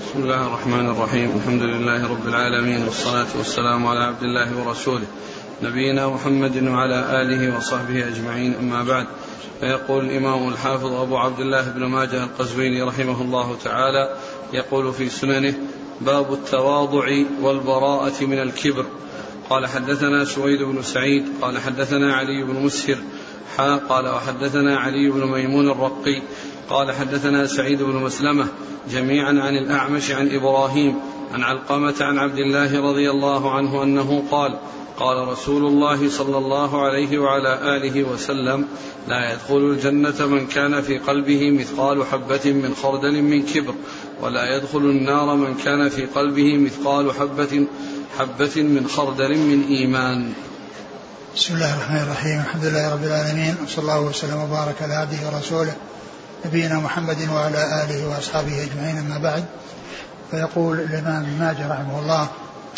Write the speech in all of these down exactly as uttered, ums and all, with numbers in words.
بسم الله الرحمن الرحيم. الحمد لله رب العالمين، والصلاة والسلام على عبد الله ورسوله نبينا محمد وعلى آله وصحبه أجمعين، أما بعد. فيقول الإمام الحافظ أبو عبد الله بن ماجه القزويني رحمه الله تعالى، يقول في سننه: باب التواضع والبراءة من الكبر. قال حدثنا سويد بن سعيد قال حدثنا علي بن مسهر حا قال وحدثنا علي بن ميمون الرقي قال حدثنا سعيد بن مسلمة جميعا عن الأعمش عن إبراهيم عن علقمة عن عبد الله رضي الله عنه أنه قال: قال رسول الله صلى الله عليه وعلى آله وسلم: لا يدخل الجنة من كان في قلبه مثقال حبة من خردل من كبر، ولا يدخل النار من كان في قلبه مثقال حبة حبة من خردل من إيمان. بسم الله الرحمن الرحيم. الحمد لله رب العالمين، وصلى الله وسلم وبارك على عبده ورسوله نبينا محمد وعلى آله وأصحابه أجمعين، أما بعد. فيقول الإمام ابن ماجه رحمه الله: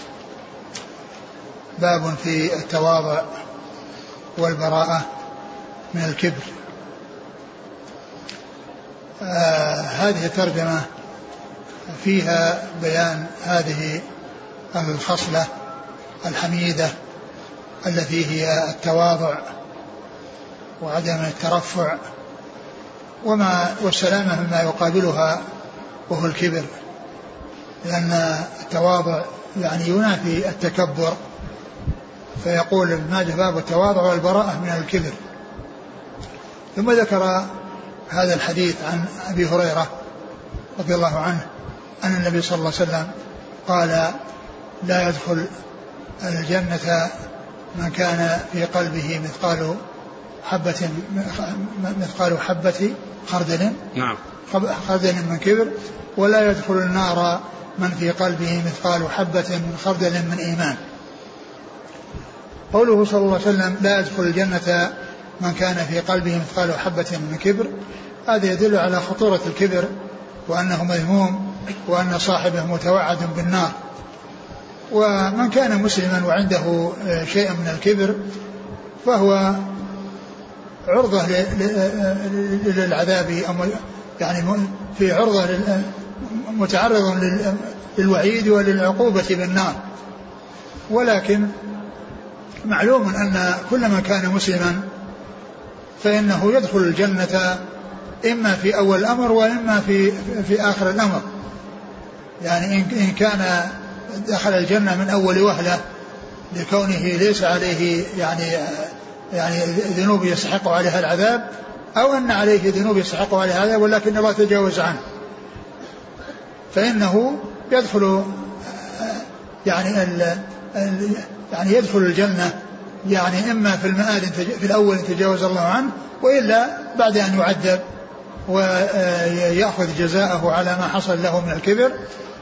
باب في التواضع والبراءة من الكبر. آه هذه الترجمة فيها بيان هذه الخصلة الحميدة التي هي التواضع وعدم الترفع وما والسلامة مما يقابلها وهو الكبر، لأن التواضع يعني ينافي التكبر. فيقول ابن ماجه: باب التواضع والبراءة من الكبر. ثم ذكر هذا الحديث عن أبي هريرة رضي الله عنه أن النبي صلى الله عليه وسلم قال: لا يدخل الجنة من كان في قلبه مثقال حبة مثقال حبة خردل نعم خردل من كبر، ولا يدخل النار من في قلبه مثقال حبة من خردل من إيمان. قوله صلى الله عليه وسلم: لا يدخل الجنة من كان في قلبه مثقال حبة من كبر، هذا يدل على خطورة الكبر وأنه مذموم وأن صاحبه متوعد بالنار. ومن كان مسلما وعنده شيء من الكبر فهو عرضة للعذاب، أو يعني في عرضة متعرض للوعيد وللعقوبة بالنار. ولكن معلوم أن كل من كان مسلما فإنه يدخل الجنة إما في أول الأمر وإما في في آخر الأمر. يعني إن كان دخل الجنة من أول وهلة لكونه ليس عليه يعني يعني ذنوب يستحق عليها العذاب، أو أن عليه ذنوب يستحق عليها العذاب ولكن الله تجاوز عنه، فإنه يدخل يعني ال يعني يدخل الجنة يعني إما في المآل في الأول تجاوز الله عنه، وإلا بعد أن يعذب ويأخذ جزاءه على ما حصل له من الكبر.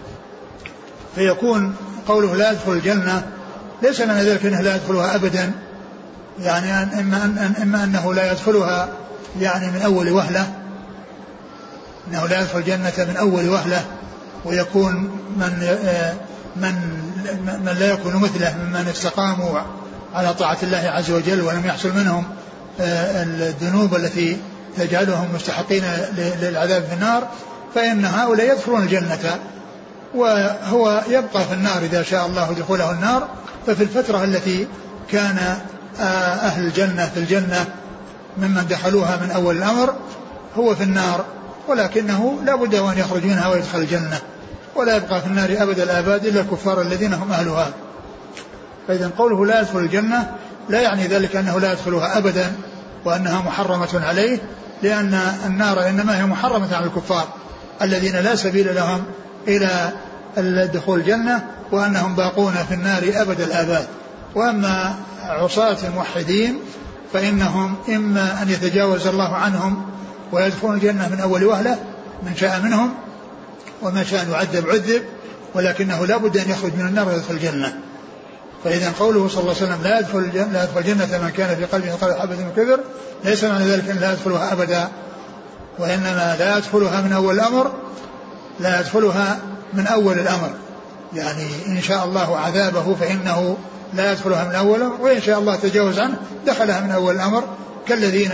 فيكون قوله لا يدخل الجنة ليس معنى ذلك أنه لا يدخلها أبدا، يعني إما, أن إما أنه لا يدخلها يعني من أول وهلة، أنه لا يدخل الجنة من أول وهلة، ويكون من من من لا يكون مثله ممن استقاموا على طاعة الله عز وجل ولم يحصل منهم الذنوب التي تجعلهم مستحقين للعذاب في النار، فإن هؤلاء يدخلون الجنة وهو يبقى في النار إذا شاء الله دخوله النار. ففي الفترة التي كان أهل الجنة في الجنة ممن دخلوها من أول الأمر هو في النار، ولكنه لا بد أن يخرج منها ويدخل الجنة، ولا يبقى في النار أبد الآباد إلا الكفار الذين هم أهلها. فإذا قوله لا يدخل الجنة لا يعني ذلك أنه لا يدخلها أبدا وأنها محرمة عليه، لأن النار إنما هي محرمة على الكفار الذين لا سبيل لهم إلى الدخول الجنة، وأنهم باقون في النار أبد الآباد. وأما عصاة الموحدين فإنهم إما أن يتجاوز الله عنهم ويدخلون الجنة من أول وهلة من شاء منهم، ومن شاء أن يعذب عذب، ولكنه لا بد أن يخرج من النار ويدخل الجنة. فإذا قوله صلى الله عليه وسلم لا يدخل الجنة, لا يدخل الجنة من كان في قلبه مثقال حبة من كبر ليس معنى ذلك أن لا يدخلها أبدا، وإنما لا يدخلها من أول الأمر، لا يدخلها من أول الأمر، يعني إن شاء الله عذابه فإنه لا يدخلها من أول الأمر، وإن شاء الله تجاوز عنه دخلها من أول الأمر، كالذين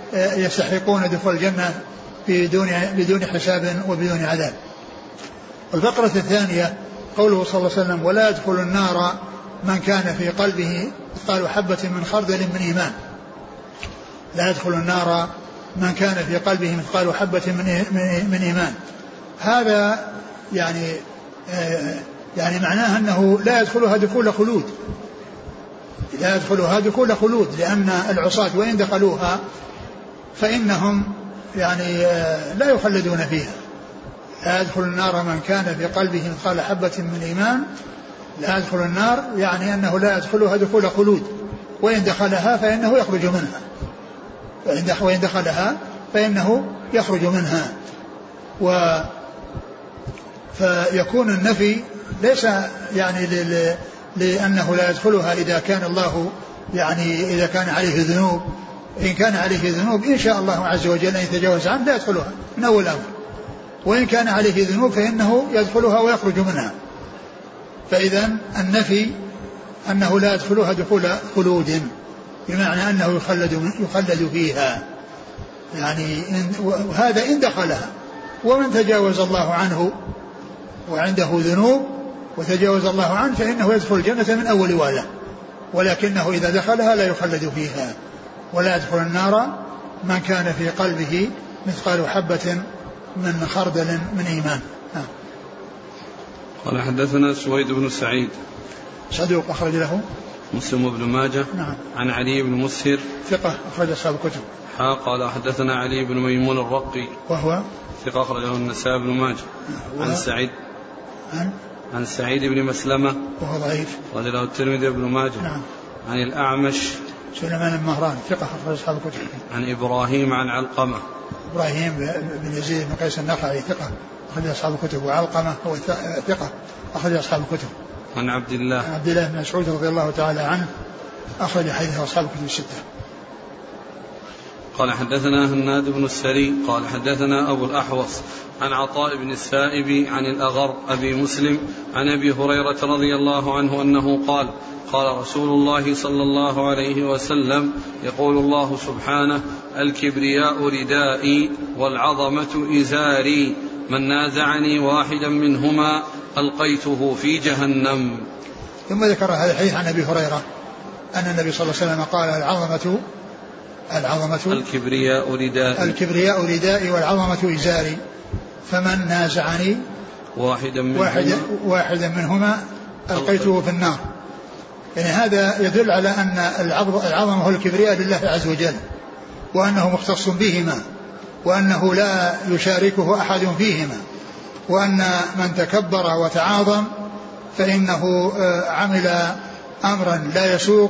يستحقون دخول الجنة بدون بدون حساب وبدون عذاب. الفقرة الثانية قوله صلى الله عليه وسلم ولا يدخل النار من كان في قلبه مثقال حبة من خردل من إيمان. لا يدخل النار من كان في قلبه مثقال حبة من من إيمان. هذا يعني يعني معناه أنه لا يدخلها دخول خلود، لا يدخلها دخول خلود، لأن العصاة وإن دخلوها فإنهم يعني لا يخلدون فيها. لا يدخل النار من كان في قلبه مثقال حبة من إيمان. لا يدخل النار يعني أنه لا يدخلها دخول خلود، وإن دخلها فإنه يخرج منها، وإن دخلها فإنه يخرج منها. و فيكون النفي ليس يعني لأنه لا يدخلها إذا كان الله يعني إذا كان عليه ذنوب. إن كان عليه ذنوب إن شاء الله عز وجل أن يتجاوز عنه لا يدخلها من أول أمر، وإن كان عليه ذنوب فإنه يدخلها ويخرج منها. فإذا النفي أنه لا يدخلها دخول خلود، بمعنى أنه يخلد, يخلد فيها، يعني وهذا إن دخلها. ومن تجاوز الله عنه وعنده ذنوب وتجاوز الله عنه فإنه يدخل الجنة من أول وهلة، ولكنه إذا دخلها لا يخلد فيها. ولا يدخل النار من كان في قلبه مثقال حبة من خردل من إيمان. قال حدثنا سويد بن سعيد صدوق أخرج له مسلم بن ماجه. نعم. عن علي بن مسهر ثقة أخرج أصحاب الكتب. ها قال حدثنا علي بن ميمون الرقي وهو ثقة أخرجه النسائي بن ماجه. عن سعيد عن عن سعيد بن مسلمة وهو ضعيف رجله الترمذي بن ماجه. نعم. عن الأعمش سليمان بن مهران ثقة أخرج أصحاب الكتب. عن إبراهيم عن علقمة إبراهيم بن يزيد بن قيس النخعي ثقة أخرج أصحاب الكتب. وعلقمة هو ثقة أخرج أصحاب الكتب. عن عبد الله عن عبد الله بن مسعود رضي الله تعالى عنه أخرج حديثه أصحاب الكتب الستة. قال حدثنا هناد بن السري قال حدثنا أبو الأحوص عن عطاء بن السائب عن الأغر أبي مسلم عن أبي هريرة رضي الله عنه أنه قال قال رسول الله صلى الله عليه وسلم يقول الله سبحانه الكبرياء ردائي والعظمة إزاري من نازعني واحدا منهما ألقيته في جهنم. ثم ذكر هذا الحديث عن أبي هريرة أن النبي صلى الله عليه وسلم قال العظمة العظمة الكبرياء ردائي الكبرياء ردائي والعظمة إزاري فمن نازعني واحدا منهما, واحدا, واحدا منهما ألقيته في النار. يعني هذا يدل على أن العظمة والكبرياء لله عز وجل، وأنه مختص بهما، وأنه لا يشاركه أحد فيهما، وأن من تكبر وتعاظم فإنه عمل أمرا لا يسوق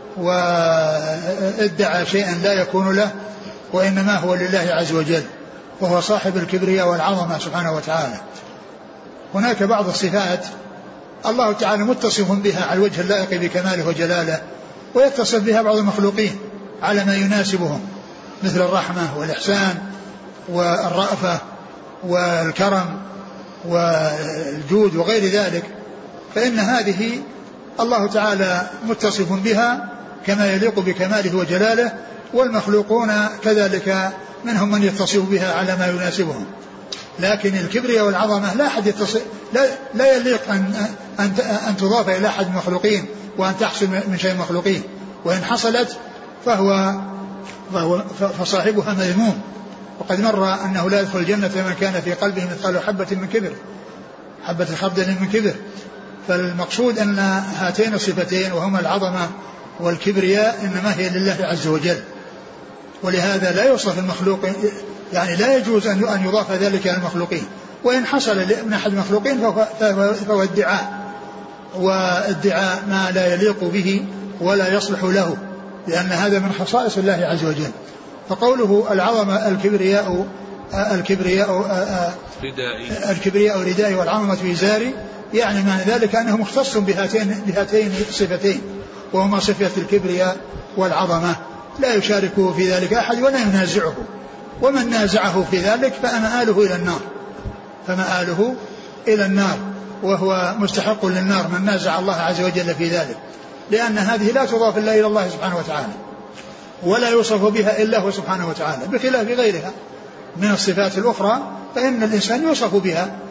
وادعى شيئا لا يكون له، وإنما هو لله عز وجل، وهو صاحب الكبرياء والعظمة سبحانه وتعالى. هناك بعض الصفات الله تعالى متصف بها على الوجه اللائق بكماله وجلاله، ويتصف بها بعض المخلوقين على ما يناسبهم، مثل الرحمة والإحسان والرأفة والكرم والجود وغير ذلك، فإن هذه الله تعالى متصف بها كما يليق بكماله وجلاله، والمخلوقون كذلك منهم من يتصف بها على ما يناسبهم. لكن الكبرياء والعظمة لا أحد يتصف، لا, لا يليق أن, أن, أن تضاف إلى أحد المخلوقين وأن تحصل من شيء مخلوقين، وإن حصلت فهو, فهو فصاحبها مذموم. وقد مر أنه لا يدخل الجنة من كان في قلبه مثقال حبة من كبر، حبة خردل من كبر. فالمقصود أن هاتين الصفتين وهما العظمة والكبرياء إنما هي لله عز وجل، ولهذا لا يوصف المخلوق، يعني لا يجوز أن يضاف ذلك إلى المخلوقين، وإن حصل من أحد المخلوقين فهو ادعاء، وادعاء ما لا يليق به ولا يصلح له، لأن هذا من خصائص الله عز وجل. فقوله العظمة الكبرياء الكبرياء ردائي الكبرياء ردائي والعظمة إزاري، يعني معنى ذلك أنه مختص بهاتين بهاتين الصفتين، وهما صفة الكبرياء والعظمة، لا يشاركه في ذلك أحد ولا ينازعه، ومن نازعه في ذلك فمآله إلى النار فمآله إلى النار وهو مستحق للنار من نازع الله عز وجل في ذلك، لأن هذه لا تضاف إلا إلى الله سبحانه وتعالى، ولا يوصف بها إلا هو سبحانه وتعالى، بخلاف غيرها من الصفات الأخرى فإن الإنسان يوصف بها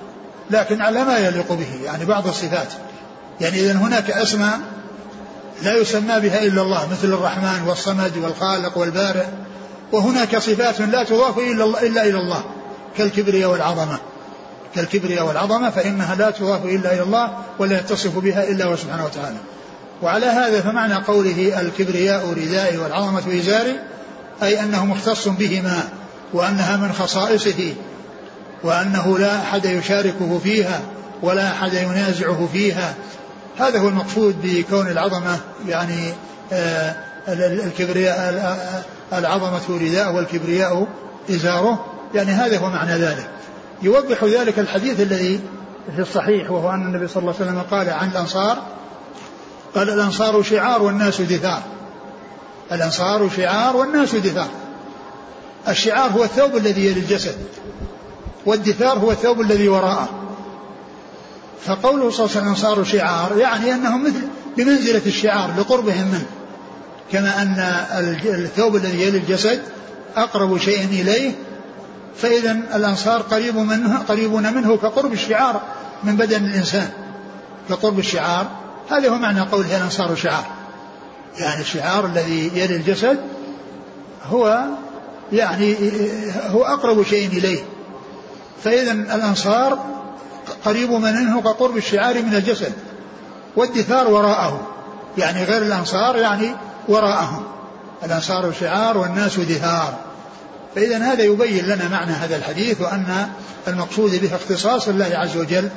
لكن على ما يليق به، يعني بعض الصفات. يعني إذن هناك أسماء لا يسمى بها إلا الله، مثل الرحمن والصمد والخالق والبارئ، وهناك صفات لا تضاف إلا إلى الله كالكبرياء والعظمة كالكبرياء والعظمة فإنها لا تضاف إلا إلى الله ولا يتصف بها إلا هو سبحانه وتعالى. وعلى هذا فمعنى قوله الكبرياء ردائي والعظمة إزاري، أي أنه مختص بهما وأنها من خصائصه، وأنه لا أحد يشاركه فيها ولا أحد ينازعه فيها. هذا هو المقصود بكون العظمة يعني آه الكبرياء العظمة رداءه والكبرياء إزاره، يعني هذا هو معنى ذلك. يوضح ذلك الحديث الذي في الصحيح، وهو أن النبي صلى الله عليه وسلم قال عن الأنصار، قال الأنصار شعار والناس دثار. الأنصار شعار والناس دثار. الشعار هو الثوب الذي يلي الجسد، والدثار هو الثوب الذي وراءه. فقوله صلى الله عليه وسلم الأنصار شعار يعني أنهم مثل بمنزلة الشعار لقربهم منه، كما أن الثوب الذي يلي الجسد أقرب شيء إليه، فإذا الأنصار قريب منه قريبون منه كقرب الشعار من بدن الإنسان، كقرب الشعار. هذا هو معنى قوله الأنصار شعار، يعني الشعار الذي يلي الجسد هو يعني هو أقرب شيء إليه، فإذا الأنصار قريب منه كقرب الشعار من الجسد، والدثار وراءه، يعني غير الأنصار يعني وراءهم. الأنصار شعار والناس دثار. فإذا هذا يبين لنا معنى هذا الحديث، وأن المقصود به اختصاص الله عز وجل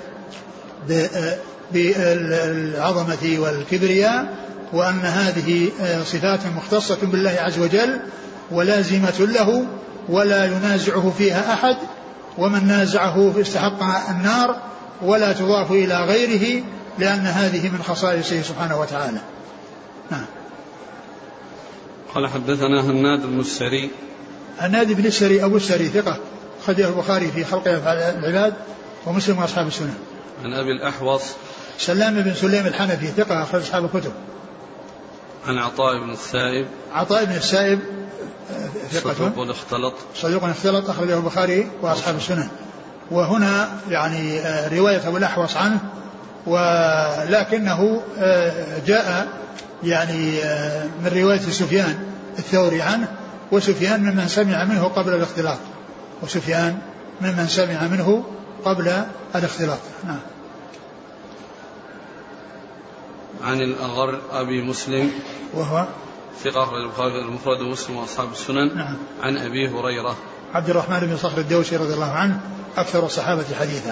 بالعظمة والكبرياء، وأن هذه صفات مختصة بالله عز وجل ولازمة له ولا ينازعه فيها أحد، ومن نازعه استحق النار، ولا تضاف إلى غيره، لأن هذه من خصائصه سبحانه وتعالى. نعم. قال حدثنا هناد بن السري. هناد بن السري أبو السري ثقة، أخرجه البخاري في خلق العباد ومسلم وأصحاب السنن. عن أبي الأحوص سلام بن سليم الحنفي ثقة، أخرج أصحاب الكتب. عن عطاء بن السائب. عطاء بن السائب ثقة صدوق اختلط صدوق اختلط أخرجه البخاري وأصحاب السنن. وهنا يعني رواية أبو الأحوص عنه، ولكنه جاء يعني من رواية سفيان الثوري عنه، وسفيان ممن سمع منه قبل الاختلاط وسفيان ممن سمع منه قبل الاختلاط. نعم. عن الأغر أبي مسلم وهو ثقة أخرج البخاري المفرد ومسلم وأصحاب السنن. نعم. عن أبي هريرة عبد الرحمن بن صخر الدوسي رضي الله عنه، أكثر الصحابة حديثا.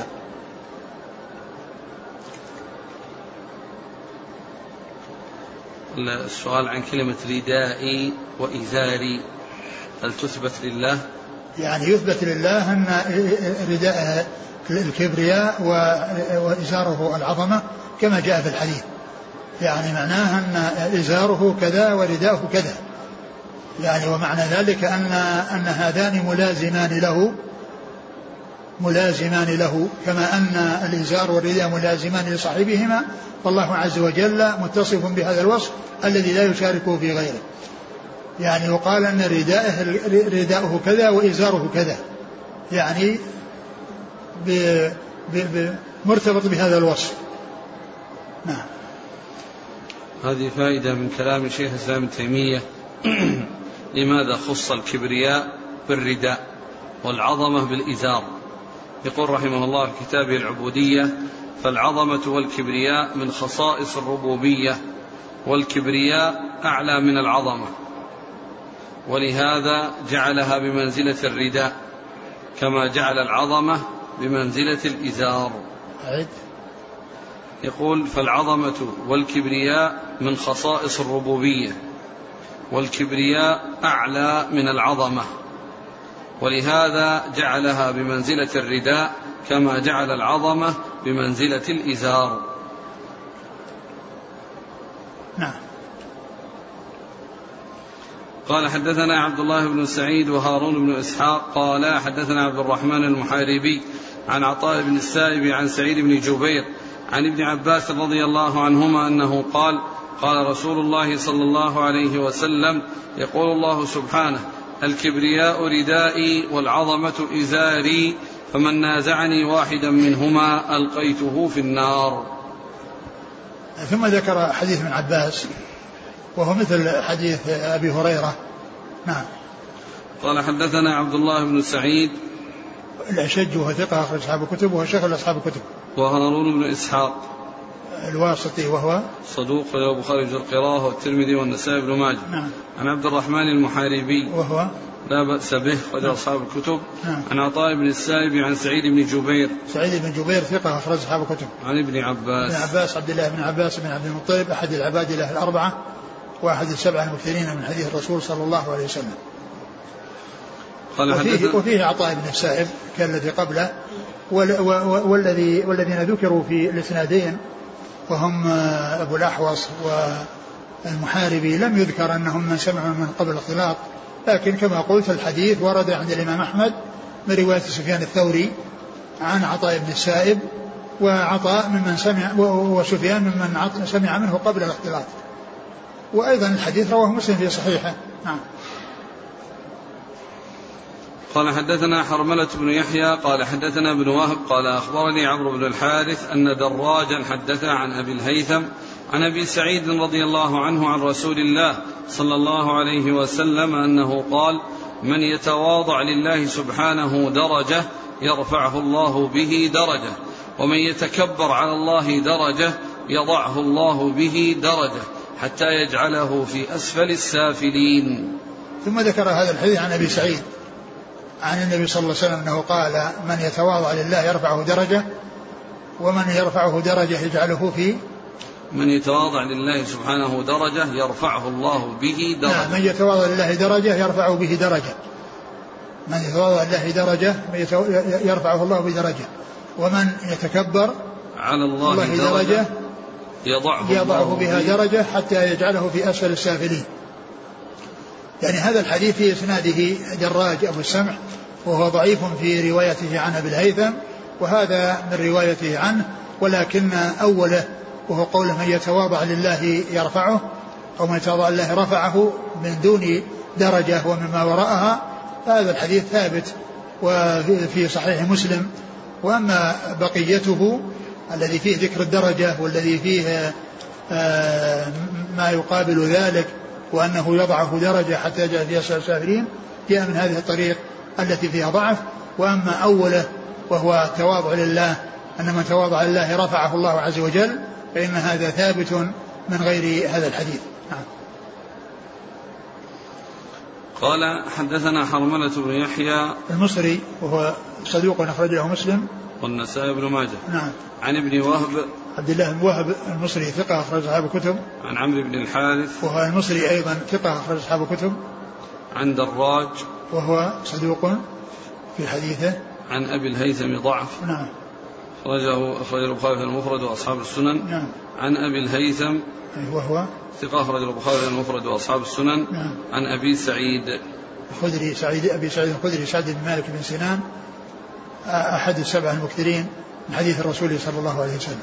السؤال عن كلمة ردائي وإزاري، هل تثبت لله؟ يعني يثبت لله أن رداء الكبرياء وإزاره العظمة كما جاء في الحديث، يعني معناه أن إزاره كذا ورداءه كذا، يعني ومعنى ذلك أن أن هذان ملازمان له ملازمان له كما أن الإزار والرداء ملازمان لصاحبهما، فالله عز وجل متصف بهذا الوصف الذي لا يشاركه في غيره. يعني وقال أن رداءه رداءه كذا وإزاره كذا، يعني ب ب ب مرتبط بهذا الوصف. نعم. هذه فائدة من كلام شيخ الإسلام ابن تيمية. لماذا خص الكبرياء بالرداء والعظمة بالإزار؟ يقول رحمه الله في كتابه العبودية: فالعظمة والكبرياء من خصائص الربوبية، والكبرياء أعلى من العظمة، ولهذا جعلها بمنزلة الرداء كما جعل العظمة بمنزلة الإزار. يقول: فالعظمة والكبرياء من خصائص الربوبية، والكبرياء أعلى من العظمة، ولهذا جعلها بمنزلة الرداء كما جعل العظمة بمنزلة الإزار. نعم. قال: حدثنا عبد الله بن سعيد وهارون بن إسحاق قال حدثنا عبد الرحمن المحاربي عن عطاء بن السائب عن سعيد بن جبير عن ابن عباس رضي الله عنهما أنه قال: قال رسول الله صلى الله عليه وسلم: يقول الله سبحانه: الكبرياء ردائي والعظمة إزاري، فمن نازعني واحدا منهما ألقيته في النار. ثم ذكر حديث ابن عباس وهو مثل حديث أبي هريرة. نعم. قال حدثنا عبد الله بن سعيد الأشج وهو ثقة أخرج أصحاب الكتب وهو شيخ أصحاب الكتب. وهارون بن إسحاق الواسطي وهو صدوق له البخاري في القراءة والترمذي والنسائي بن ماجه. نعم. عن عبد الرحمن المحاربي وهو لا بأس به أخرج أصحاب الكتب. نعم. عن عطاء بن السائب عن سعيد بن جبير سعيد بن جبير ثقة أخرج أصحاب الكتب. عن ابن عباس ابن عباس عبد الله بن عباس بن عبد المطلب أحد العبادلة الأربعة وأحد السبعة المكثرين من حديث الرسول صلى الله عليه وسلم. وفيه, وفيه عطاء بن السائب كالذي قبله والذي والذين ذكروا في الاسنادين وهم أبو الأحوص والمحاربي لم يذكر أنهم من سمعوا من قبل الاختلاط، لكن كما قلت الحديث ورد عند الإمام أحمد من رواية سفيان الثوري عن عطاء بن السائب وعطاء ممن سمع وسفيان ممن سمع منه قبل الاختلاط. وأيضا الحديث رواه مسلم في صحيحه. نعم. قال حدثنا حرملة بن يحيى قال حدثنا ابن وهب قال أخبرني عمرو بن الحارث أن دراجا حدث عن أبي الهيثم عن أبي سعيد رضي الله عنه عن رسول الله صلى الله عليه وسلم أنه قال: من يتواضع لله سبحانه درجة يرفعه الله به درجة، ومن يتكبر على الله درجة يضعه الله به درجة، حتى يجعله في أسفل السافلين. ثم ذكر هذا الحديث عن أبي سعيد عن النبي صلى الله عليه وسلم أنه قال: من يتواضع لله يرفعه درجة، ومن يرفعه درجة يجعله في من يتواضع لله سبحانه درجة يرفعه الله به درجة. نعم. من يتواضع لله درجة يرفعه به درجة. من يتواضع لله درجة يرفعه الله بدرجة، ومن يتكبر على الله, الله درجة, درجة يضعه, يضعه بها درجة حتى يجعله في أسفل السافلين. يعني هذا الحديث في إسناده دراج أبو السمح وهو ضعيف في روايته عن أبي الهيثم، وهذا من روايته عنه، ولكن أوله وهو قوله من يتواضع لله يرفعه أو من يتواضع لله رفعه من دون درجة ومما وراءها، هذا الحديث ثابت وفي صحيح مسلم. وأما بقيته الذي فيه ذكر الدرجة والذي فيه ما يقابل ذلك وأنه يضعه درجة حتى يجعل في أسفل السافلين جاء من هذه الطريق التي فيها ضعف. وأما أوله وهو التواضع لله أن من تواضع لله رفعه الله عز وجل، فإن هذا ثابت من غير هذا الحديث. نعم. قال حدثنا حرملة بن يحيى المصري وهو صدوق أخرج له مسلم والنسائي بن ماجه. نعم. عن ابن وهب عبد الله بن وهب المصري ثقة أخرج أصحاب الكتب. عن عمرو بن الحارث وهو المصري أيضا ثقة أخرج أصحاب الكتب. عن دراج وهو صدوق في حديثه. عن أبي الهيثم ضعف. نعم. أخرجه أخرج البخاري في المفرد وأصحاب السنن. نعم. عن أبي الهيثم وهو ثقة أخرج البخاري في المفرد وأصحاب السنن. نعم. عن أبي سعيد الخدري سعيد أبي سعيد الخدري سعد بن مالك بن سنان أحد السبع المكثرين من حديث الرسول صلى الله عليه وسلم.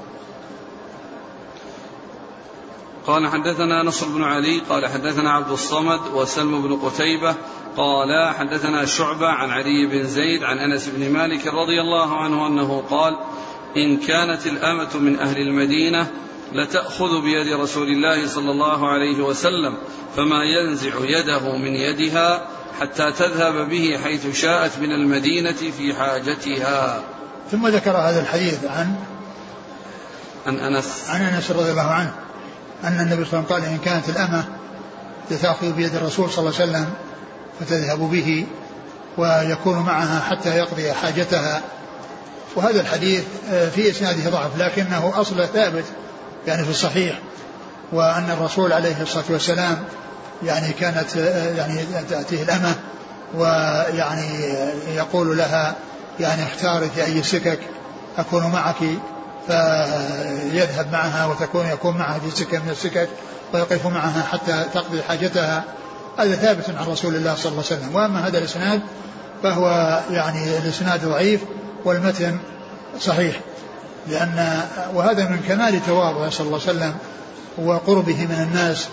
قال حدثنا نصر بن علي قال حدثنا عبد الصمد وسلم بن قتيبة قال حدثنا شعبة عن علي بن زيد عن أنس بن مالك رضي الله عنه أنه قال: إن كانت الأمة من أهل المدينة لتأخذ بيد رسول الله صلى الله عليه وسلم فما ينزع يده من يدها حتى تذهب به حيث شاءت من المدينة في حاجتها. ثم ذكر هذا الحديث عن عن أنس عن أنس رضي الله عنه أن النبي صلى الله عليه وسلم قال: إن كانت الأمة تأخذ بيد الرسول صلى الله عليه وسلم فتذهب به ويكون معها حتى يقضي حاجتها. وهذا الحديث في إسناده ضعف لكنه أصله ثابت يعني في الصحيح، وأن الرسول عليه الصلاة والسلام يعني كانت يعني تأتيه الأمة ويعني يقول لها يعني اختاري في أي سكك أكون معك، فيذهب معها وتكون يكون معها في سكة من السكك ويقف معها حتى تقضي حاجتها. هذا ثابت عن رسول الله صلى الله عليه وسلم. وأما هذا الإسناد فهو يعني الإسناد ضعيف والمتن صحيح، لأن وهذا من كمال تواضعه صلى الله عليه وسلم وقربه من الناس،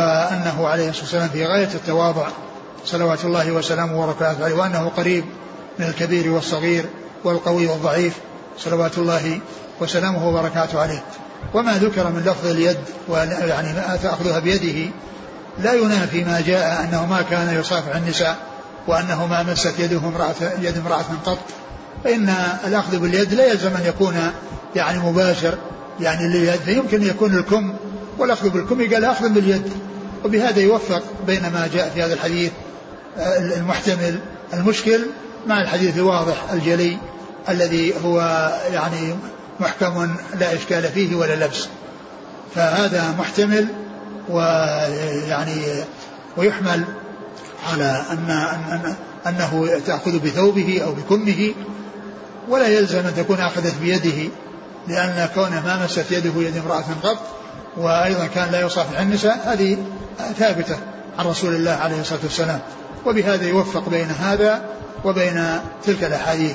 وأنه عليه الصلاة والسلام في غاية التواضع صلوات الله وسلامه وبركاته عليه، وأنه قريب من الكبير والصغير والقوي والضعيف صلوات الله وسلامه وبركاته عليه. وما ذكر من لفظ اليد يعني ما تأخذها بيده لا ينافي ما جاء أنه ما كان يصافح النساء وأنه ما مست يده امرأة يد امرأة قط، فإن الأخذ باليد لا يلزم أن يكون يعني مباشر يعني لليد، فيمكن يكون الكم والأخذ بالكم قال أخذ باليد، وبهذا يوفق بين ما جاء في هذا الحديث المحتمل المشكل مع الحديث الواضح الجلي الذي هو يعني محكم لا إشكال فيه ولا لبس. فهذا محتمل ويعني ويحمل على أن أن أنه تأخذ بثوبه أو بكمه، ولا يلزم أن تكون أخذت بيده، لأن كونه ما مست يده يد امرأة قط وأيضا كان لا يصافح النساء هذه ثابتة عن رسول الله عليه الصلاة والسلام، وبهذا يوفق بين هذا وبين تلك الأحاديث.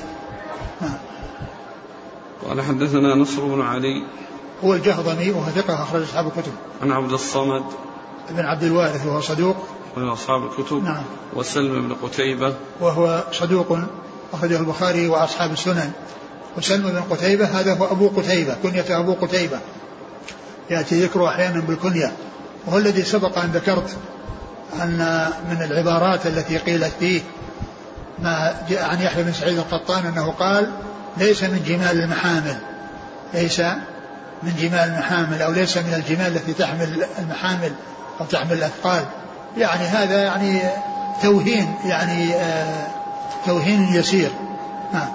قال حدثنا نصر بن علي هو الجهضمي وهو ثقة أخرج أصحاب الكتب. عن عبد الصمد بن عبد الوارث وهو صدوق من أصحاب الكتب. نعم. وسلم بن قتيبة وهو صدوق أخرجه البخاري وأصحاب السنن. وسلم بن قتيبة هذا هو أبو قتيبة كنية أبو قتيبة، يأتي ذكره أحيانا بالكنية، وهو الذي سبق أن ذكرت أن من العبارات التي قيلت فيه ما جاء عن يحيى بن سعيد القطان أنه قال ليس من جمال المحامل، ليس من جمال المحامل أو ليس من الجمال التي تحمل المحامل أو تحمل الأثقال، يعني هذا يعني توهين يعني آه توهين يسير. نعم.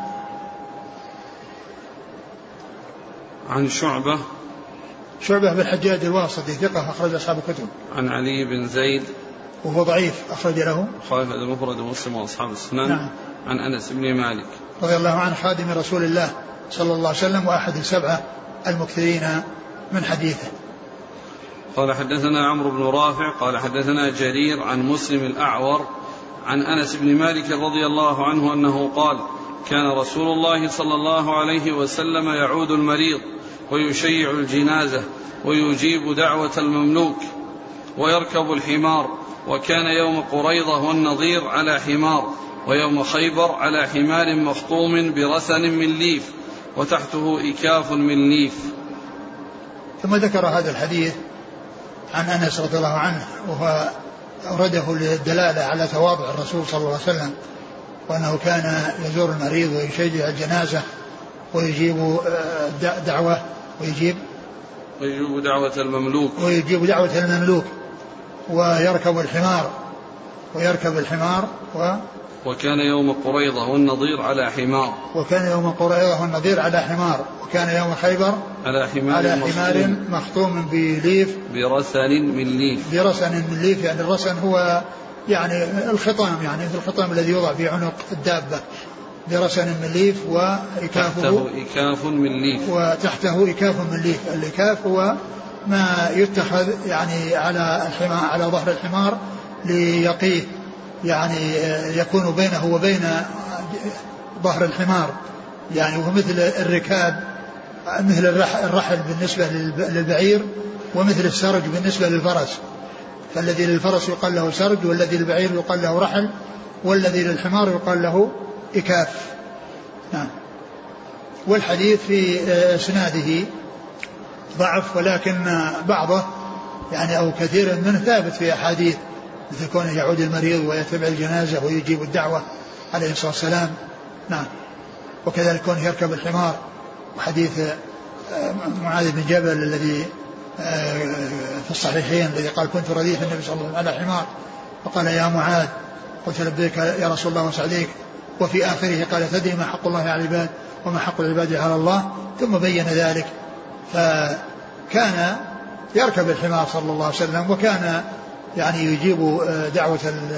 عن شعبة شعبة بن حجاج الواسطي ثقة أخرج أصحاب الكتب. عن علي بن زيد وهو ضعيف أخرج له خالف المفرد ومسلم وأصحاب السنن. نعم. عن أنس بن مالك رضي الله عنه خادم رسول الله صلى الله عليه وسلم وأحد السبعة المكثرين من حديثه. قال حدثنا عمرو بن رافع قال حدثنا جرير عن مسلم الأعور عن أنس بن مالك رضي الله عنه أنه قال كان رسول الله صلى الله عليه وسلم يعود المريض ويشيع الجنازة ويجيب دعوة المملوك ويركب الحمار، وكان يوم قريضة والنضير على حمار، ويوم خيبر على حمار مخطوم برسن من ليف وتحته إكاف من ليف. ثم ذكر هذا الحديث عن أنس رضي الله عنه، وهو أورده للدلالة على تواضع الرسول صلى الله عليه وسلم، وأنه كان يزور المريض ويشيع الجنازة ويجيب دعوة ويجيب ويجيب دعوة المملوك ويجيب دعوة المملوك ويركب الحمار ويركب الحمار و وكان يوم قريضة والنضير على حمار وكان يوم قريضة والنضير على حمار وكان يوم خيبر على حمار, على حمار مخطوم بليف برسن من ليف برسن من ليف يعني الرسن هو يعني الخطام، يعني الخطام الذي يوضع في عنق الدابة، برسن من ليف وإكافه إكاف من ليف وتحته إكاف من ليف. الإكاف هو ما يتخذ يعني على الحمار على ظهر الحمار ليقيه، يعني يكون بينه وبين ظهر الحمار، يعني هو مثل الركاب، مثل الرحل بالنسبة للبعير، ومثل السرج بالنسبة للفرس، فالذي للفرس يقال له سرج، والذي للبعير يقال له رحل، والذي للحمار يقال له إكاف. نعم. والحديث في اسناده ضعف، ولكن بعضه يعني أو كثير منه ثابت في أحاديث، مثل كونه يعود المريض ويتبع الجنازة ويجيب الدعوة عليه الصلاة والسلام. نعم. وكذلك كونه يركب الحمار، وحديث معاذ بن جبل الذي في الصحيحين الذي قال كنت رديف النبي صلى الله عليه وسلم على حمار فقال يا معاذ، قلت لبيك يا رسول الله وسعديك، وفي آخره قال تدري ما حق الله على العباد وما حق العباد على الله، ثم بين ذلك. فكان يركب الحمار صلى الله عليه وسلم، وكان يعني يجيب دعوة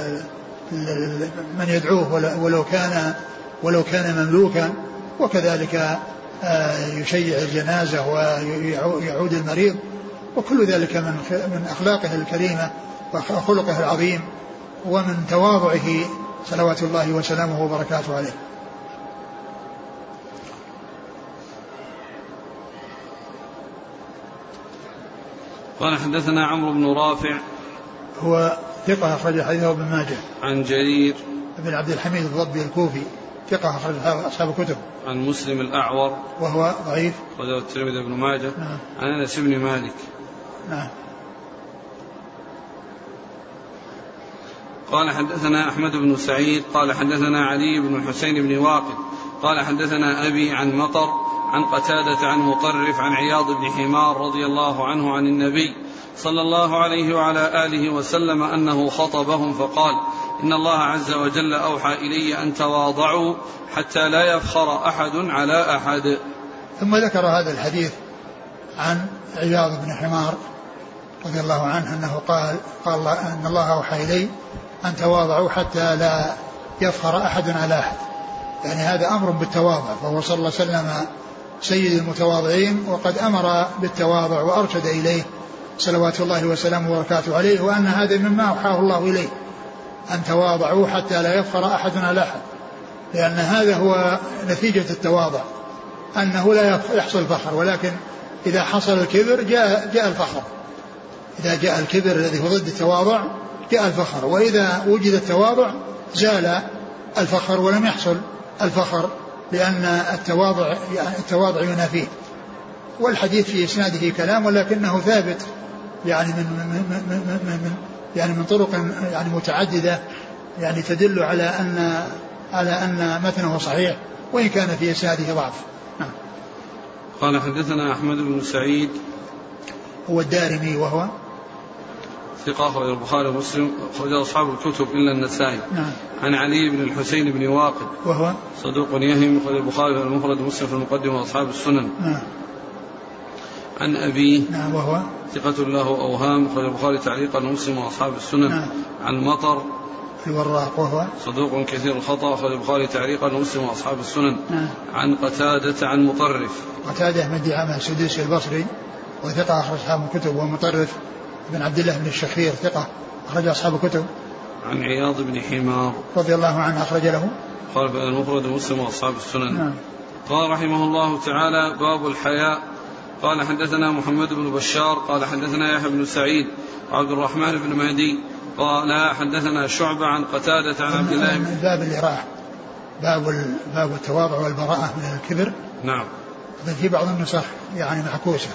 من يدعوه ولو كان ولو كان مملوكا، وكذلك يشيع الجنازة ويعود المريض، وكل ذلك من من أخلاقه الكريمة وخلقه العظيم ومن تواضعه صلوات الله وسلامه وبركاته عليه. قال حدثنا عمرو بن رافع هو ثقة أخرج حديثه ابن ماجه. عن جرير بن عبد الحميد الضبي الكوفي ثقة أخرج أصحاب الكتب. عن مسلم الأعور وهو ضعيف أخرجه الترمذي بن ماجه. نعم. عن أنس بن مالك. نعم. قال حدثنا أحمد بن سعيد قال حدثنا علي بن الحسين بن واقد قال حدثنا أبي عن مطر عن قتادة عن مطرف عن عياض بن حمار رضي الله عنه عن النبي صلى الله عليه وعلى آله وسلم أنه خطبهم فقال: إن الله عز وجل أوحى إلي أن تواضعوا حتى لا يفخر أحد على أحد. ثم ذكر هذا الحديث عن عياض بن حمار رضي الله عنه أنه قال قال أن الله أوحى إلي أن تواضعوا حتى لا يفخر أحد على أحد، يعني هذا أمر بالتواضع، فهو صلى الله عليه وسلم سيد المتواضعين وقد أمر بالتواضع وأرشد إليه صلوات الله وسلامه وبركاته عليه، وأن هذا مما أوحاه الله إليه أن تواضعوا حتى لا يفخر أحد على أحد، لأن هذا هو نتيجة التواضع، أنه لا يحصل الفخر، ولكن إذا حصل الكبر جاء, جاء الفخر. إذا جاء الكبر الذي هو ضد التواضع جاء الفخر، وإذا وجد التواضع زال الفخر ولم يحصل الفخر، لأن التواضع يعني التواضع ينافيه. والحديث في إسناده كلام، ولكنه ثابت يعني من من من من يعني من طرق يعني متعددة، يعني تدل على أن على أن متنه صحيح، وإن كان في إسناده ضعف. نعم. قال حدثنا أحمد بن سعيد هو الدارمي وهو ثقة أخرج البخاري ومسلم أخرج أصحاب الكتب إلا النسائي. نعم. عن علي بن الحسين بن واقد وهو صدوق يهم أخرج البخاري والمفرد ومسلم في المقدمة وأصحاب السنن. نعم. عن أبيه نعم وهو ثقة له أوهام أخرج البخاري تعليقا ومسلم وأصحاب السنن. نعم. عن مطر الوراق وهو صدوق كثير الخطأ أخرج البخاري تعليقا ومسلم وأصحاب السنن. نعم. عن قتادة عن مطرف قتادة بن دعامة السدوسي البصري وثقة أخرج أصحاب الكتب، ومطرف بن عبد الله بن الشخير ثقة أخرج أصحاب الكتب. عن عياض بن حمار رضي الله عنه أخرج له قال في المفرد ومسلم وأصحاب السنن. نعم. قال رحمه الله تعالى: باب الحياء. قال حدثنا محمد بن بشار قال حدثنا يحيى بن سعيد وعبد الرحمن بن مهدي قال حدثنا شعبة عن قتادة عن عبد الله بن الباب اللي راح باب باب التواضع والبراءة من الكبر. نعم. في بعض النسخ يعني معكوسة،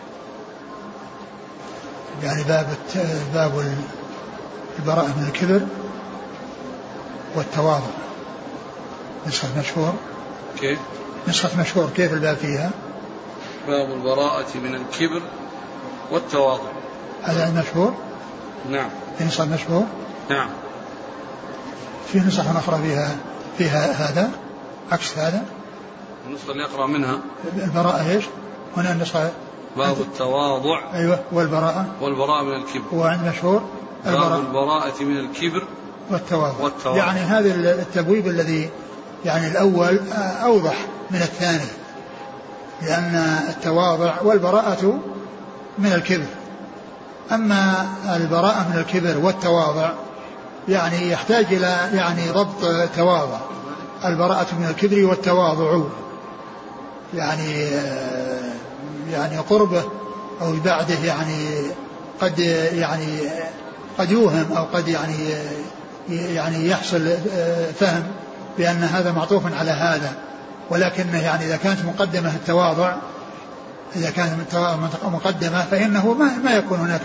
يعني باب باب البراءة من الكبر والتواضع. نسخة مشهور كيف؟ نسخة مشهور كيف الباب فيها؟ باب البراءة من الكبر والتواضع. هذا المشهور؟ نعم. في نسخة مشهور؟ نعم. في نسخة أخرى فيها فيها هذا عكس هذا. النسخة اللي أقرأ منها البراءة إيش؟ هنا النسخة باب التواضع. أيوة. والبراءة والبراءة من الكبر. وعند مشهور باب البراءة من الكبر والتواضع. والتواضع. يعني هذا التبويب الذي يعني الأول أوضح من الثاني، لأن التواضع والبراءة من الكبر. أما البراءة من الكبر والتواضع يعني يحتاج إلى يعني ضبط تواضع. البراءة من الكبر والتواضع يعني يعني قربه أو بعده يعني قد يعني قد يوهم أو قد يعني يعني يحصل فهم بأن هذا معطوف على هذا، ولكنه يعني إذا كانت مقدمة التواضع إذا كانت مقدمة فإنه ما ما يكون هناك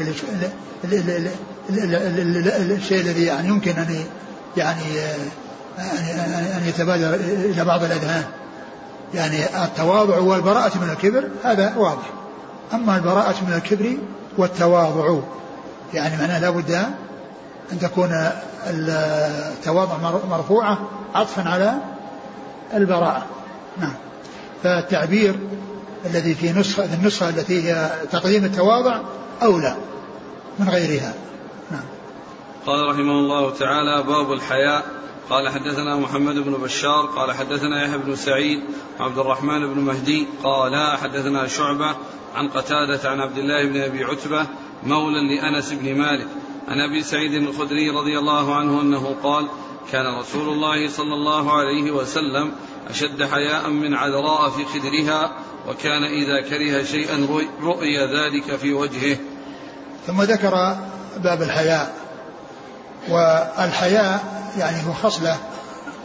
الشيء الذي يعني يمكن أن يعني أن يتبادر إلى بعض الأذهان. يعني التواضع والبراءة من الكبر هذا واضح، أما البراءة من الكبر والتواضع يعني معناه لا بد أن تكون التواضع مرفوعة عطفا على البراءة. نعم. فالتعبير الذي في نسخة النسخة التي هي تقديم التواضع أولى من غيرها. نعم. قال رحمه الله تعالى: باب الحياء. قال حدثنا محمد بن بشار قال حدثنا يحيى بن سعيد وعبد الرحمن بن مهدي قال حدثنا شعبة عن قتادة عن عبد الله بن أبي عتبة مولى لأنس بن مالك عن أبي سعيد الخدري رضي الله عنه أنه قال: كان رسول الله صلى الله عليه وسلم أشد حياء من عذراء في خدرها، وكان إذا كره شيئا رؤي ذلك في وجهه. ثم ذكر باب الحياء. والحياء يعني هو خصلة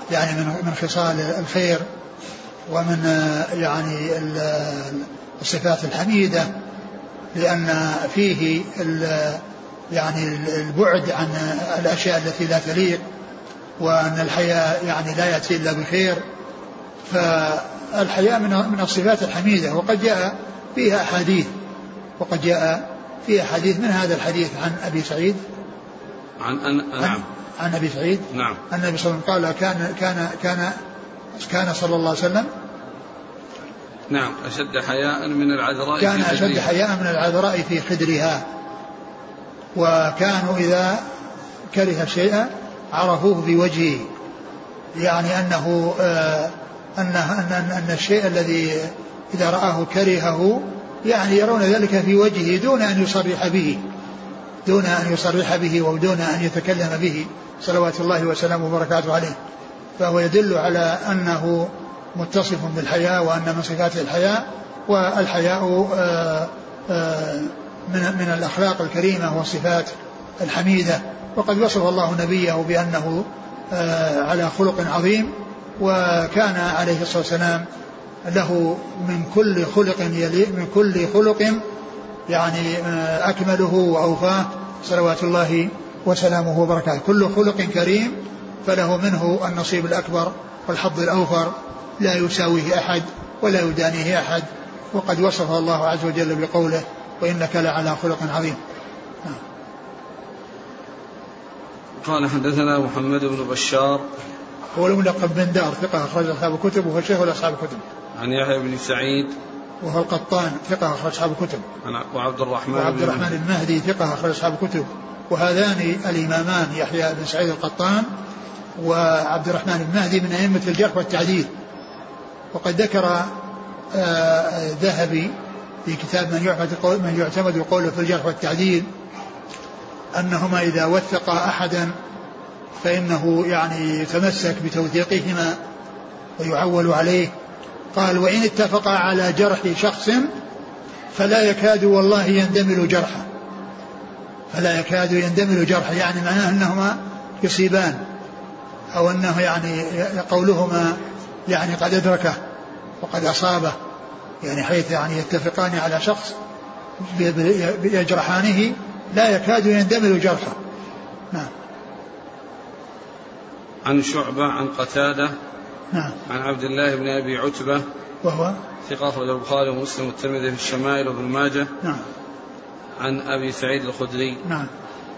يعني من من خصال الخير ومن يعني الصفات الحميدة، لأن فيه يعني البعد عن الأشياء التي لا تليق، وأن الحياء يعني لا يأتي إلا بخير. فالحياء من الصفات الحميدة، وقد جاء فيها أحاديث وقد جاء فيها حديث من هذا الحديث عن أبي سعيد عن أن نعم عن أبي سعيد نعم أن النبي صلى الله عليه وسلم قال كان كان كان كان صلى الله عليه وسلم نعم أشد حياء من العذراء كان أشد حياء من العذراء في خدرها، وكانوا إذا كره شيئا عرفوه في وجهه، يعني أنه آه أنه أن, أن الشيء الذي إذا رآه كرهه يعني يرون ذلك في وجهه دون أن يصرح به دون أن يصرح به ودون أن يتكلم به صلوات الله وسلامه وبركاته عليه. فهو يدل على أنه متصف بالحياء، وأن من صفاته الحياء، والحياء آآ آآ من, من الأخلاق الكريمة والصفات الحميدة. وقد وصف الله نبيه بأنه على خلق عظيم، وكان عليه الصلاة والسلام له من كل خلق يلي من كل خلق يعني أكمله وأوفاه صلوات الله وسلامه وبركاته. كل خلق كريم فله منه النصيب الأكبر والحظ الأوفر، لا يساويه أحد ولا يدانيه أحد. وقد وصف الله عز وجل بقوله وإنك لعلى خلق عظيم. قال حدثنا محمد بن بشار هو الملقب بن دار ثقة أخرج أصحاب الكتب وهو شيخ أصحاب الكتب. عن يحيى بن سعيد وهو القطان ثقة أخرج أصحاب الكتب. وعبد الرحمن وعبد الرحمن المهدي ثقة أخرج أصحاب الكتب. وهذان الإمامان يحيى بن سعيد القطان وعبد الرحمن المهدي من أئمة الجرح والتعديل. وقد ذكر الذهبي في كتاب من يعتمد من يعتمد قوله في الجرح والتعديل أنهما إذا وثقا أحدا فإنه يعني يتمسك بتوثيقهما ويعول عليه. قال وإن اتفقا على جرح شخص فلا يكاد والله يندمل جرحه فلا يكاد يندمل جرحه يعني معناه أنهما يصيبان، أو أنه يعني قولهما يعني قد أدركه وقد أصابه، يعني حيث يعني يتفقان على شخص يجرحانه لا يكاد يندمل جرحه. نعم. عن شعبة عن قتادة نعم. عن عبد الله بن أبي عتبة وهو ثقة أخرج البخاري ومسلم والترمذي في الشمائل وابن ماجه. نعم. عن أبي سعيد الخدري. نعم.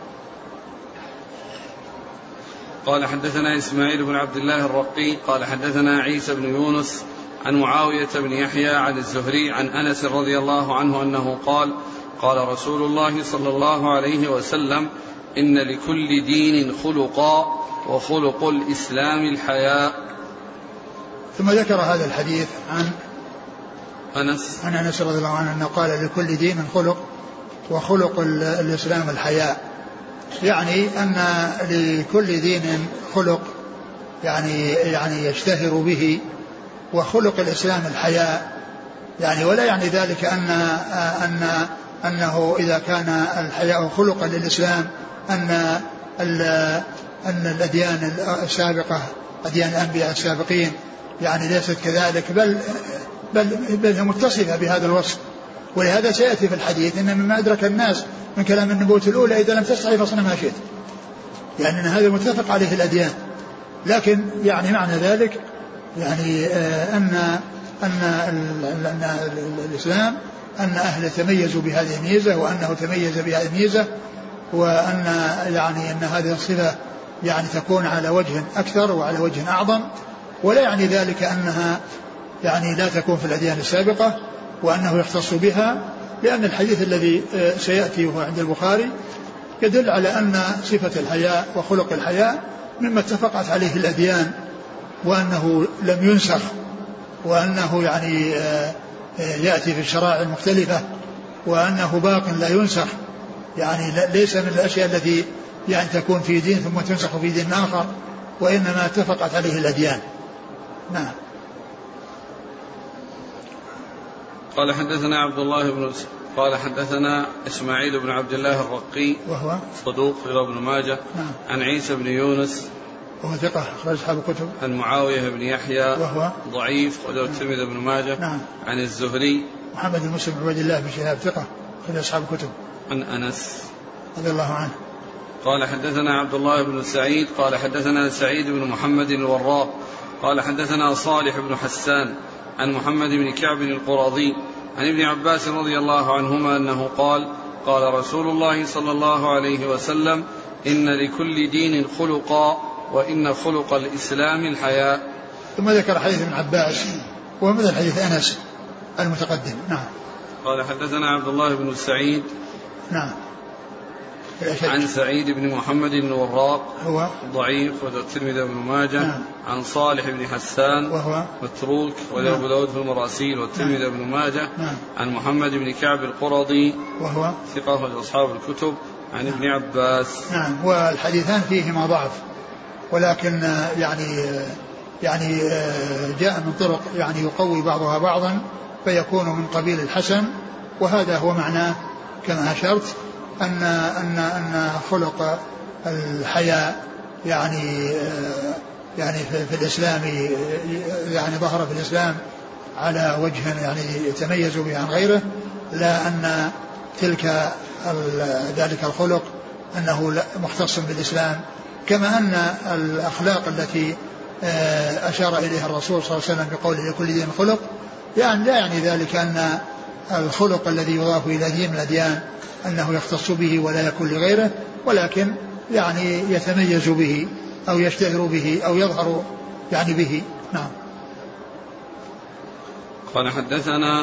قال حدثنا إسماعيل بن عبد الله الرقي قال حدثنا عيسى بن يونس عن معاوية بن يحيى عن الزهري عن أنس رضي الله عنه أنه قال قال رسول الله صلى الله عليه وسلم إن لكل دين خلقا وخلق الإسلام الحياء. ثم ذكر هذا الحديث عن أنس عن أنس رضي الله عنه أنه قال لكل دين خلق وخلق الإسلام الحياء، يعني أن لكل دين خلق يعني يعني يشتهر به، وخلق الإسلام الحياء، يعني ولا يعني ذلك أن أن أنه إذا كان الحياء خلقا للإسلام أن أن الأديان السابقة أديان الأنبياء السابقين يعني ليست كذلك، بل بل بل هي متصفة بهذا الوصف. ولهذا سيأتي في الحديث إن مما أدرك الناس من كلام النبوة الأولى إذا لم تستحي فاصنع ما شئت، يعني أن هذا متفق عليه الأديان. لكن يعني معنى ذلك يعني أن أن أن الإسلام أن أهل تميزوا بهذه الميزة، وأنه تميز بهذه الميزة، وأن يعني أن هذه الصفة يعني تكون على وجه أكثر وعلى وجه أعظم، ولا يعني ذلك أنها يعني لا تكون في الأديان السابقة وأنه يختص بها، لأن الحديث الذي سيأتي وهو عند البخاري يدل على أن صفة الحياء وخلق الحياء مما اتفقت عليه الأديان، وأنه لم ينسخ، وأنه يعني يأتي في الشرائع المختلفة، وأنه باق لا ينسخ، يعني ليس من الأشياء التي يعني تكون في دين ثم تنسخ في دين آخر، وإنما اتفقت عليه الأديان. نعم. قال حدثنا عبد الله بن قال حدثنا إسماعيل بن عبد الله الرقي وهو صدوق رواه ابن ماجه. نعم. عن عيسى بن يونس وهو ثقة أخرج أصحاب الكتب. عن معاوية بن يحيى وهو ضعيف أخرجه الترمذي بن ماجه. نعم. عن الزهري محمد بن مسلم بن عبد الله بن شهاب ثقة أخرج أصحاب الكتب. عن أنس رضي الله عنه قال حدثنا عبد الله بن سعيد قال حدثنا سعيد بن محمد الوراق قال حدثنا صالح بن حسان عن محمد بن كعب القرظي عن ابن عباس رضي الله عنهما أنه قال قال رسول الله صلى الله عليه وسلم إن لكل دين خلقا وإن خلق الإسلام الحياء. ثم ذكر حديث ابن عباس ومثل حديث أنس المتقدم. نعم. قال حدثنا عبد الله بن سعيد نعم عن سعيد بن محمد الوراق هو ضعيف والترمذي بن ماجه. نعم. عن صالح بن حسان وهو متروك وله أبو داود في المراسيل والترمذي نعم. بن ماجه. نعم. عن محمد بن كعب القرظي وهو ثقة أصحاب الكتب عن نعم. ابن عباس. نعم. والحديثان فيهما ضعف ولكن يعني يعني جاء من طرق يعني يقوي بعضها بعضا فيكون من قبيل الحسن، وهذا هو معناه كما أشرت أن أن أن خلق الحياء يعني يعني في الإسلام يعني ظهر في الإسلام على وجه يعني يتميز به عن غيره، لا أن تلك ذلك الخلق أنه مختص بالإسلام، كما أن الأخلاق التي أشار إليها الرسول صلى الله عليه وسلم بقوله لكل دين خلق يعني لا يعني ذلك أن الخلق الذي يضاف إلى دين من الأديان أنه يختص به ولا يكون لغيره، ولكن يعني يتميز به أو يشتهر به أو يظهر يعني به. نعم. قال حدثنا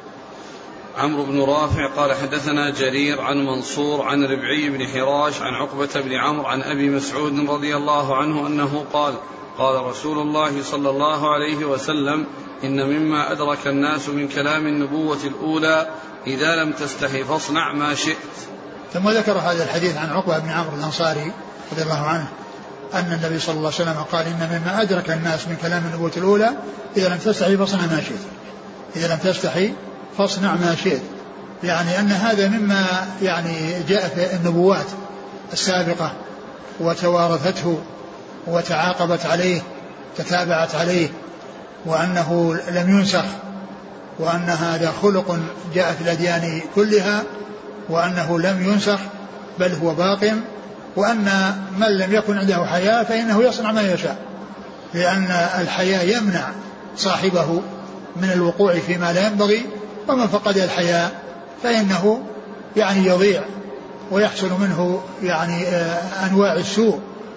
عمرو بن رافع قال حدثنا جرير عن منصور عن ربعي بن حراش عن عقبة بن عمرو عن أبي مسعود رضي الله عنه أنه قال قال رسول الله صلى الله عليه وسلم إن مما أدرك الناس من كلام النبوة الأولى إذا لم تستحي فاصنع ما شئت. ثم ذكر هذا الحديث عن عقبة بن عمرو الأنصاري رضي الله عنه أن النبي صلى الله عليه وسلم قال إن مما أدرك الناس من كلام النبوة الأولى إذا لم تستحي فاصنع ما شئت. إذا لم تستحي فاصنع ما شئت، يعني أن هذا مما يعني جاء في النبوات السابقة وتوارثته وتعاقبت عليه تتابعت عليه، وأنه لم ينسخ، وأن هذا خلق جاء في الأديان كلها، وأنه لم ينسخ بل هو باق، وأن من لم يكن عنده حياء فإنه يصنع ما يشاء، لأن الحياء يمنع صاحبه من الوقوع فيما لا ينبغي، ومن فقد الحياء فإنه يعني يضيع ويحصل منه يعني أنواع السوء.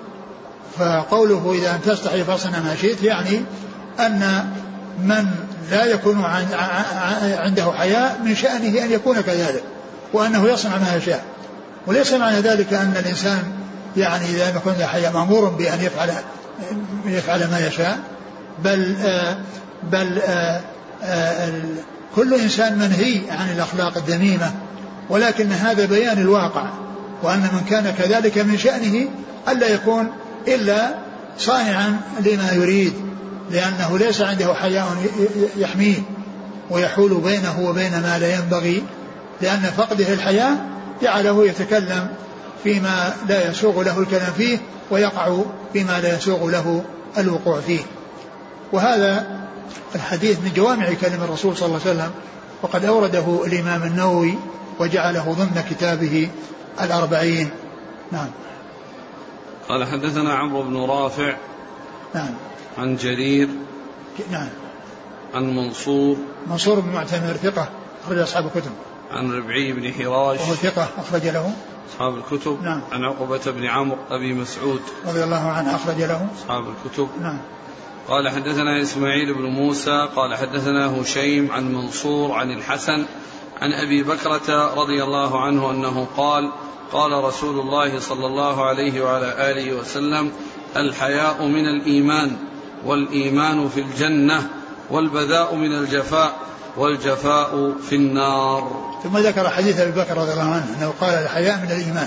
فقوله إذا لم تستحي فاصنع ما شئت يعني أن من لا يكون عنده حياء من شأنه أن يكون كذلك، وأنه يصنع ما يشاء، وليس معنى ذلك أن الإنسان يعني إذا لم يكن له حياء مأمور بأن يفعل يفعل ما يشاء، بل آآ بل آآ آآ كل إنسان منهي عن الأخلاق الذميمة، ولكن هذا بيان الواقع، وأن من كان كذلك من شأنه ألا يكون إلا صانعا لما يريد، لأنه ليس عنده حياء يحميه ويحول بينه وبين ما لا ينبغي، لأن فقده الحياء جعله يتكلم فيما لا يسوغ له الكلام فيه ويقع فيما لا يسوغ له الوقوع فيه. وهذا الحديث من جوامع كلام الرسول صلى الله عليه وسلم، وقد أورده الإمام النووي وجعله ضمن كتابه الأربعين. نعم. قال حدثنا عمرو بن رافع نعم عن جرير نعم عن منصور منصور بن معتمر ثقة أخرج أصحاب الكتب. عن ربعي بن حراش وهو ثقة أخرج له أصحاب الكتب. نعم. عن عقبة بن عمرو أبي مسعود رضي الله عنه أخرج له أصحاب الكتب. نعم. قال حدثنا إسماعيل بن موسى قال حدثنا هشيم عن منصور عن الحسن عن أبي بكرة رضي الله عنه أنه قال قال رسول الله صلى الله عليه وعلى آله وسلم الحياء من الإيمان، والإيمان في الجنة، والبذاء من الجفاء، والجفاء في النار. ثم ذكر حديث أبي بكر رضي الله عنه أنه قال الحياء من الإيمان،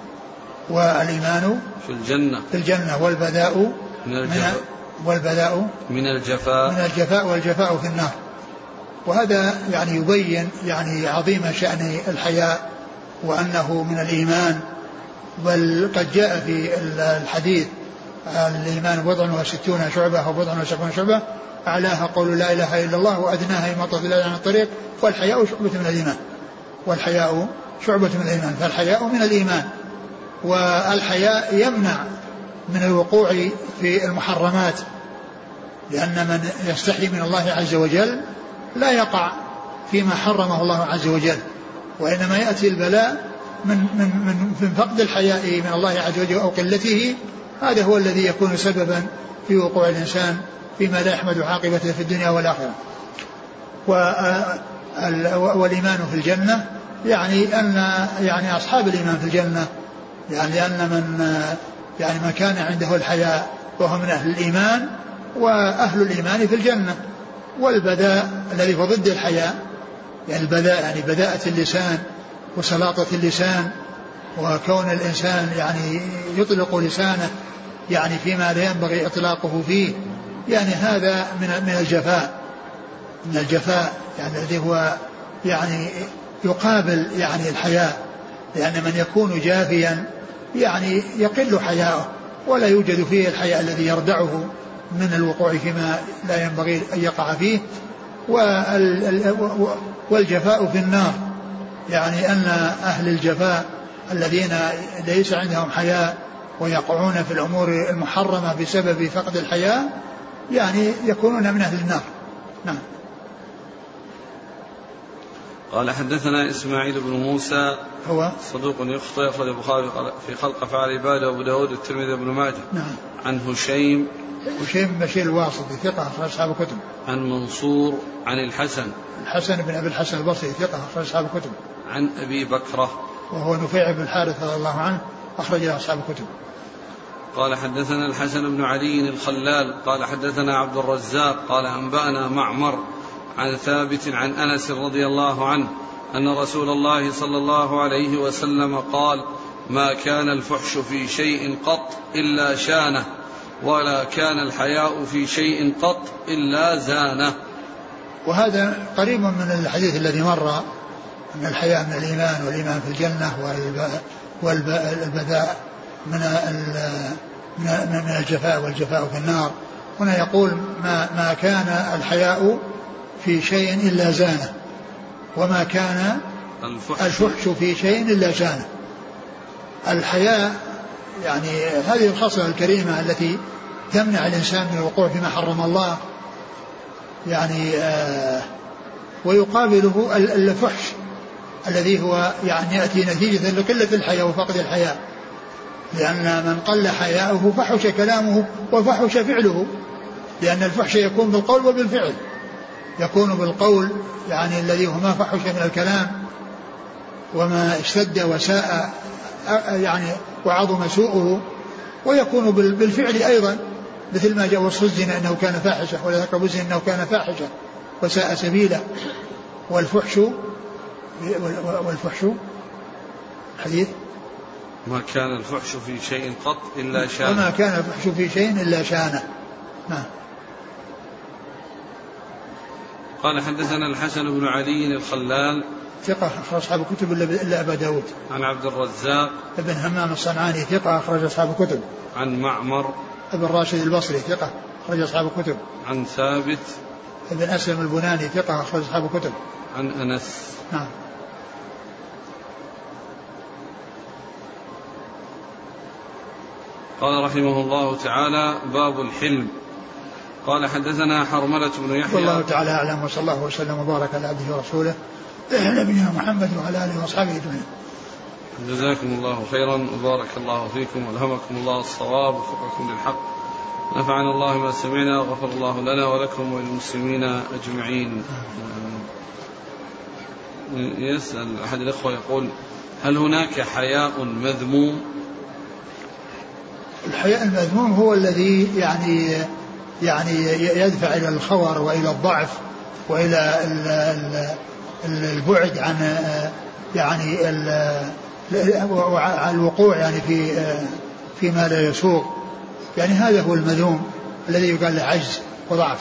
والإيمان في الجنة في الجنة والبذاء من الجفاء والبذاء من الجفاء من الجفاء والجفاء في النار. وهذا يعني يبين يعني عظيم شأن الحياء وأنه من الإيمان، بل قد جاء في الحديث الإيمان بضع وستون شعبة أو بضع وسبعون شعبة، أعلاها قول لا إله إلا الله وأدناها إماطة الأذى عن الطريق، والحياء شعبة من الإيمان. والحياء شعبة من الإيمان، فالحياء من الإيمان. والحياء يمنع من الوقوع في المحرمات، لأن من يستحي من الله عز وجل لا يقع فيما حرمه الله عز وجل، وإنما يأتي البلاء من, من, من, من فقد الحياء من الله عز وجل أو قلته. هذا هو الذي يكون سببا في وقوع الإنسان فيما لا يحمد عاقبته في الدنيا والآخرة. والإيمان في الجنة يعني أن يعني أصحاب الإيمان في الجنة، يعني لأن من يعني من كان عنده الحياء وهو من أهل الإيمان، وأهل الإيمان في الجنة. والبذاء الذي هو ضد الحياء، يعني البذاء يعني بذاءة اللسان وسلاطة اللسان، وكون الإنسان يعني يطلق لسانه يعني فيما لا ينبغي إطلاقه فيه، يعني هذا من من الجفاء من الجفاء يعني الذي هو يعني يقابل يعني الحياء، لأن من يكون جافيا يعني يقل حياؤه ولا يوجد فيه الحياء الذي يردعه من الوقوع فيما لا ينبغي أن يقع فيه. والجفاء في النار، يعني أن أهل الجفاء الذين ليس عندهم حياء ويقعون في الأمور المحرمة بسبب فقد الحياء يعني يكونون من أهل النار. نعم. قال حدثنا إسماعيل بن موسى هو صدوق يخطئ، أخرج البخاري في خلق أفعال العباد وأبو داود والترمذي وابن ماجه. نعم. عن هشيم هشيم بن بشير الواسطي ثقة أخرج أصحاب الكتب. عن منصور عن الحسن الحسن بن أبي الحسن البصري ثقة أخرج أصحاب الكتب. عن أبي بكرة وهو نفيع بن الحارث رضي الله عنه أخرج أصحاب الكتب. قال حدثنا الحسن بن علي الخلال قال حدثنا عبد الرزاق قال أنبأنا معمر عن ثابت عن أنس رضي الله عنه أن رسول الله صلى الله عليه وسلم قال: ما كان الفحش في شيء قط إلا شانه، ولا كان الحياء في شيء قط إلا زانه. وهذا قريب من الحديث الذي مر أن الحياء من الإيمان، والإيمان في الجنة، والبذاء من من الجفاء والجفاء في النار. هنا يقول ما, ما كان الحياء في شيء إلا زانه، وما كان الفحش في شيء إلا شانه. الحياء يعني هذه الخصلة الكريمة التي تمنع الإنسان من الوقوع فيما حرم الله، يعني آه ويقابله الفحش الذي هو يعني يأتي نتيجة لقلة الحياء وفقد الحياء، لأن من قل حياؤه فحش كلامه وفحش فعله، لأن الفحش يكون بالقول وبالفعل. يكون بالقول يعني الذي هو ما فحش من الكلام وما اشتد وساء يعني وعظم سوءه، ويكون بالفعل أيضا، مثل ما جاء وصف الزنا أنه كان فاحشة، ولا تقربوا الزنا أنه كان فاحشة وساء سبيلا. والفحش والفحش حديث ما كان الفحش في شيء قط إلا شانه، وما كان الفحش في شيء إلا شانه. نعم. قال حدثنا الحسن بن علي الخلال ثقة أخرج أصحاب الكتب إلا أبا داود. عن عبد الرزاق ابن همام الصنعاني ثقة أخرج أصحاب الكتب. عن معمر ابن راشد البصري ثقة أخرج أصحاب الكتب. عن ثابت ابن أسلم البناني ثقة أخرج أصحاب الكتب. عن أنس. نعم. قال رحمه الله تعالى: باب الحلم. قال حدثنا حرملة بن يحيى. والله تعالى أعلم، وصلى الله وسلم وبارك على عبده ورسوله نبينا محمد وعلى آله وأصحابه أجمعين. جزاكم الله خيرا وبارك الله فيكم والهمكم الله الصواب ووفقكم للحق. نفعنا الله ما سمعنا وغفر الله لنا ولكم وللمسلمين أجمعين. يسأل أحد الأخوة يقول: هل هناك حياء مذموم؟ الحياء المذموم هو الذي يعني يعني يدفع إلى الخور وإلى الضعف وإلى البعد عن يعني الوقوع يعني في فيما لا يسوق، يعني هذا هو المذموم الذي يقال له عجز وضعف.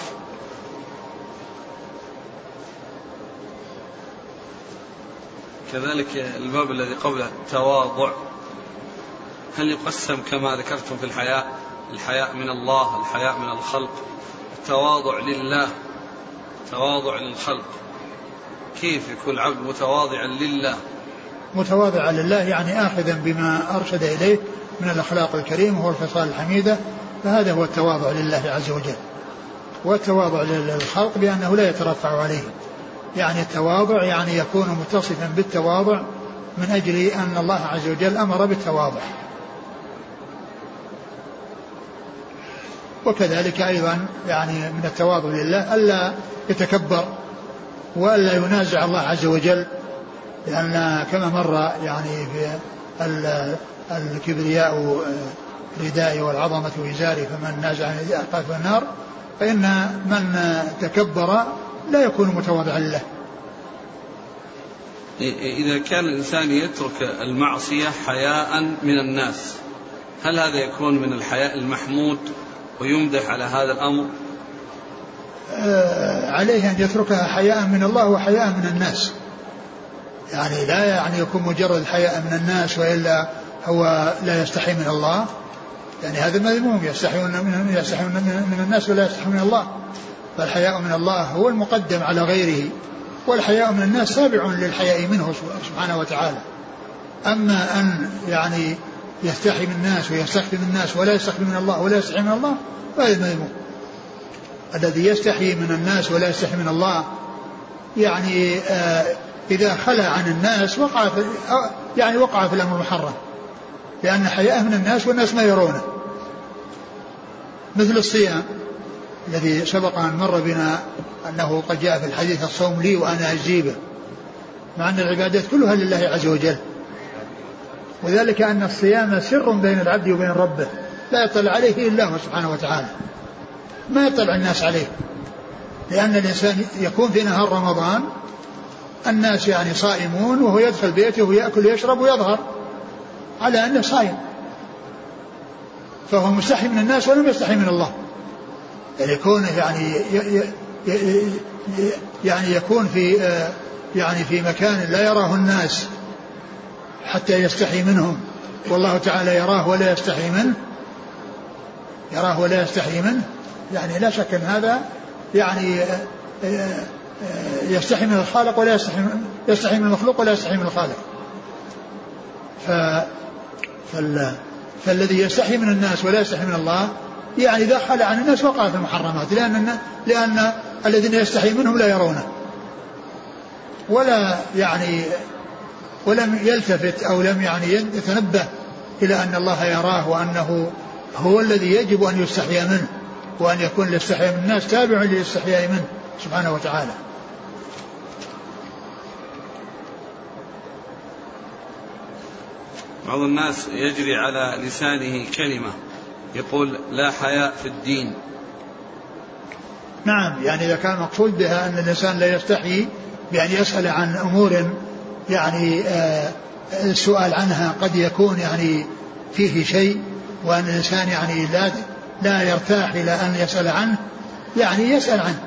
كذلك الباب الذي قبله تواضع، هل يقسم كما ذكرتم في الحياء؟ الحياء من الله، الحياء من الخلق، التواضع لله، تواضع للخلق، كيف يكون العبد متواضعا لله؟ متواضعا لله يعني آخذا بما أرشد إليه من الأخلاق الكريمة والخصال الحميدة، فهذا هو التواضع لله عز وجل. والتواضع للخلق بأنه لا يترفع عليه، يعني التواضع يعني يكون متصفا بالتواضع من أجل أن الله عز وجل أمر بالتواضع. وكذلك أيضا يعني من التواضع لله ألا يتكبر وألا ينازع الله عز وجل، لأن كما مر يعني في الكبرياء ردائي والعظمة وإزاري فمن نازعني ألقاه في النار، فإن من تكبر لا يكون متواضعا لله. إذا كان الإنسان يترك المعصية حياء من الناس، هل هذا يكون من الحياء المحمود ويمدح على هذا الأمر؟ آه عليه أن يتركها حياء من الله وحياء من الناس، يعني لا يعني يكون مجرد حياء من الناس وإلا هو لا يستحي من الله، يعني هذا مذموم، يستحيون من, يستحيون من الناس ولا يستحي من الله. فالحياء من الله هو المقدم على غيره، والحياء من الناس تابع للحياء منه سبحانه وتعالى. أما أن يعني يستحي من الناس ويستخفي من الناس ولا يستخفي من الله ولا يستحي من الله فهذا مذموم. الذي يستحي من الناس ولا يستحي من الله يعني آه إذا خلى عن الناس وقع في يعني وقع في الأمر المحرم، لأن حياء من الناس والناس ما يرونه، مثل الصيام الذي سبق أن مر بنا أنه قد جاء في الحديث الصوم لي وأنا أجيبه، مع أن العبادات كلها لله عز وجل، وذلك أن الصيام سر بين العبد وبين ربه لا يطلع عليه إلا هو سبحانه وتعالى، ما يطلع الناس عليه، لأن الإنسان يكون في نهار رمضان الناس يعني صائمون وهو يدخل بيته ويأكل ويشرب ويظهر على أنه صائم، فهو مستحي من الناس ولم يستحي من الله. يعني يكون يعني يعني يكون في يعني في مكان لا يراه الناس حتى يستحي منهم، والله تعالى يراه ولا يستحي منه، يراه ولا يستحي منه، يعني لا شك أن هذا يعني يستحي من الخالق ولا يستحي من, يستحي من المخلوق ولا يستحي من الخالق. ف فال فالذي يستحي من الناس ولا يستحي من الله يعني إذا خلى عن الناس وقع في المحرمات، لأن لأن الذين يستحي منهم لا يرونه ولا يعني ولم يلتفت أو لم يعني يتنبه إلى أن الله يراه وأنه هو الذي يجب أن يستحيا منه، وأن يكون الاستحياء من الناس تابع للاستحياء منه سبحانه وتعالى. بعض الناس يجري على لسانه كلمة يقول لا حياء في الدين. نعم، يعني إذا كان مقصود بها أن الإنسان لا يستحي بأن يسأل عن أمور يعني آه السؤال عنها قد يكون يعني فيه شيء، وأن الإنسان يعني لا لا يرتاح إلى أن يسأل عنه، يعني يسأل عنه.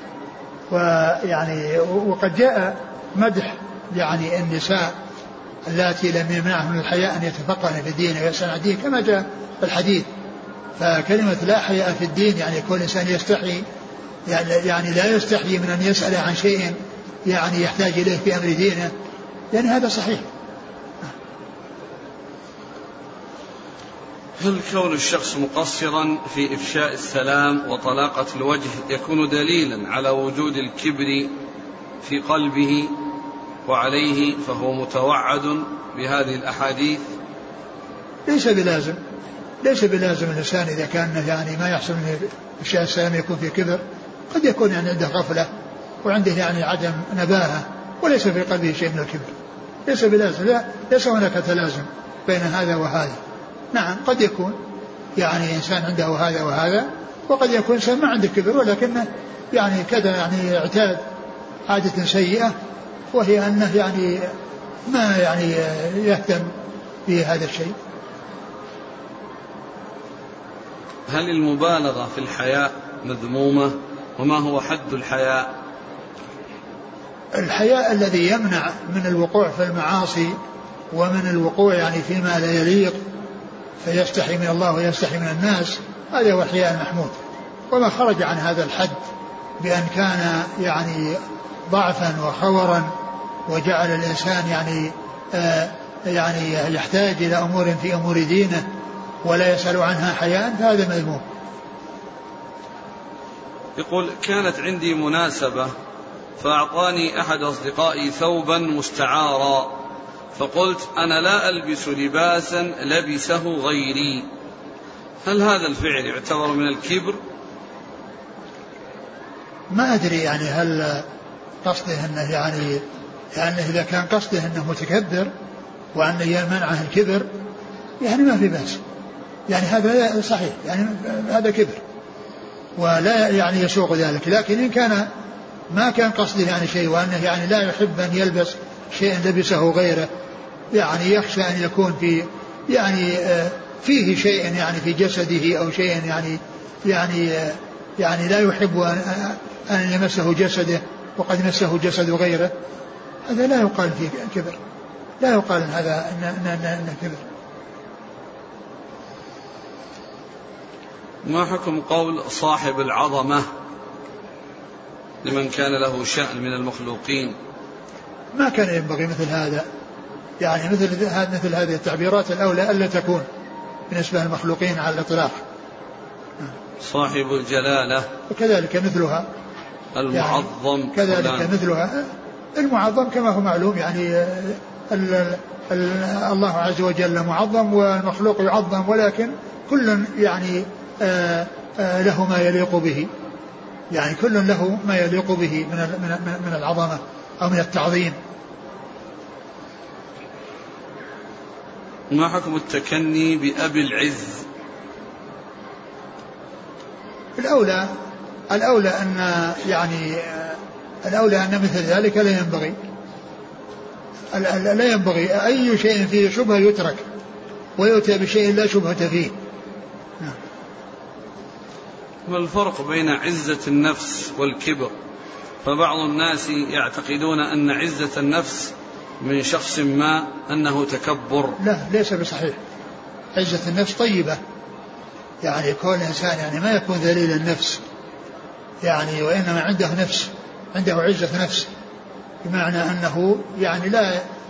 ويعني وقد جاء مدح يعني النساء اللاتي لم يمنعهم من الحياء أن يتفقهن في الدين ويسأل عن الدين كما جاء في الحديث. فكلمة لا حياء في الدين يعني كل إنسان يستحي، يعني, يعني لا يستحي من أن يسأل عن شيء يعني يحتاج إليه في أمر دينه، يعني هذا صحيح. هل كون الشخص مقصرا في إفشاء السلام وطلاقة الوجه يكون دليلا على وجود الكبر في قلبه وعليه فهو متوعد بهذه الأحاديث؟ ليس بلازم، ليس بلازم الإنسان إذا كان يعني ما يحصل من إفشاء السلام يكون في كبر، قد يكون يعني عنده غفلة وعنده يعني عدم نباهة وليس في قلبه شيء من الكبر، ليس بلازم، لا ليس هناك تلازم بين هذا وهذا. نعم قد يكون يعني إنسان عنده هذا وهذا، وقد يكون إنسان ما عنده كبر ولكنه يعني كذا يعني اعتاد عادة سيئة، وهي أنه يعني ما يعني يهتم بهذا الشيء. هل المبالغة في الحياء مذمومة؟ وما هو حد الحياء؟ الحياء الذي يمنع من الوقوع في المعاصي ومن الوقوع يعني فيما لا يليق، فيستحي من الله ويستحي من الناس، هذا هو الحياء المحمود. وما خرج عن هذا الحد بأن كان يعني ضعفا وخورا وجعل الإنسان يعني آه يعني يحتاج إلى أمور في أمور دينه ولا يسأل عنها حياء، فهذا مذموم. يقول: كانت عندي مناسبة فأعطاني أحد أصدقائي ثوبا مستعارا، فقلت: أنا لا ألبس لباسا لبسه غيري، هل هذا الفعل يعتبر من الكبر؟ ما أدري يعني هل قصده أنه يعني يعني إذا كان قصده أنه متكبر وأن يمنعه الكبر يعني ما في بأس، يعني هذا صحيح، يعني هذا كبر ولا يعني يسوق ذلك. لكن إن كان ما كان قصده يعني شيء وأنه يعني لا يحب أن يلبس شيء لبسه غيره، يعني يخشى أن يكون في يعني فيه شيء يعني في جسده أو شيء يعني يعني يعني لا يحب أن يمسه جسده وقد مسه جسد غيره، هذا لا يقال فيه كبر، لا يقال هذا أنه كبر. ما حكم قول صاحب العظمة لمن كان له شأن من المخلوقين؟ ما كان ينبغي مثل هذا، يعني مثل مثل هذه التعبيرات الأولى ألا تكون بالنسبة للمخلوقين على الإطلاق. صاحب الجلالة وكذلك مثلها المعظم، يعني كذلك فلان. مثلها المعظم كما هو معلوم، يعني ال ال الله عز وجل معظم والمخلوق يعظم، ولكن كل يعني آآ آآ له ما يليق به، يعني كل له ما يليق به من من من العظمة أو من التعظيم. ما حكم التكني بأبي العز؟ الأولى الأولى أن يعني الأولى أن مثل ذلك لا ينبغي، لا ينبغي أي شيء فيه شبهة يترك ويؤتى بشيء لا شبهة فيه. ما الفرق بين عزة النفس والكبر؟ فبعض الناس يعتقدون أن عزة النفس من شخص ما أنه تكبر. لا، ليس بصحيح. عزة النفس طيبة، يعني كل إنسان يعني ما يكون ذليل النفس، يعني وإنما عنده نفس، عنده عزة نفس، بمعنى أنه يعني لا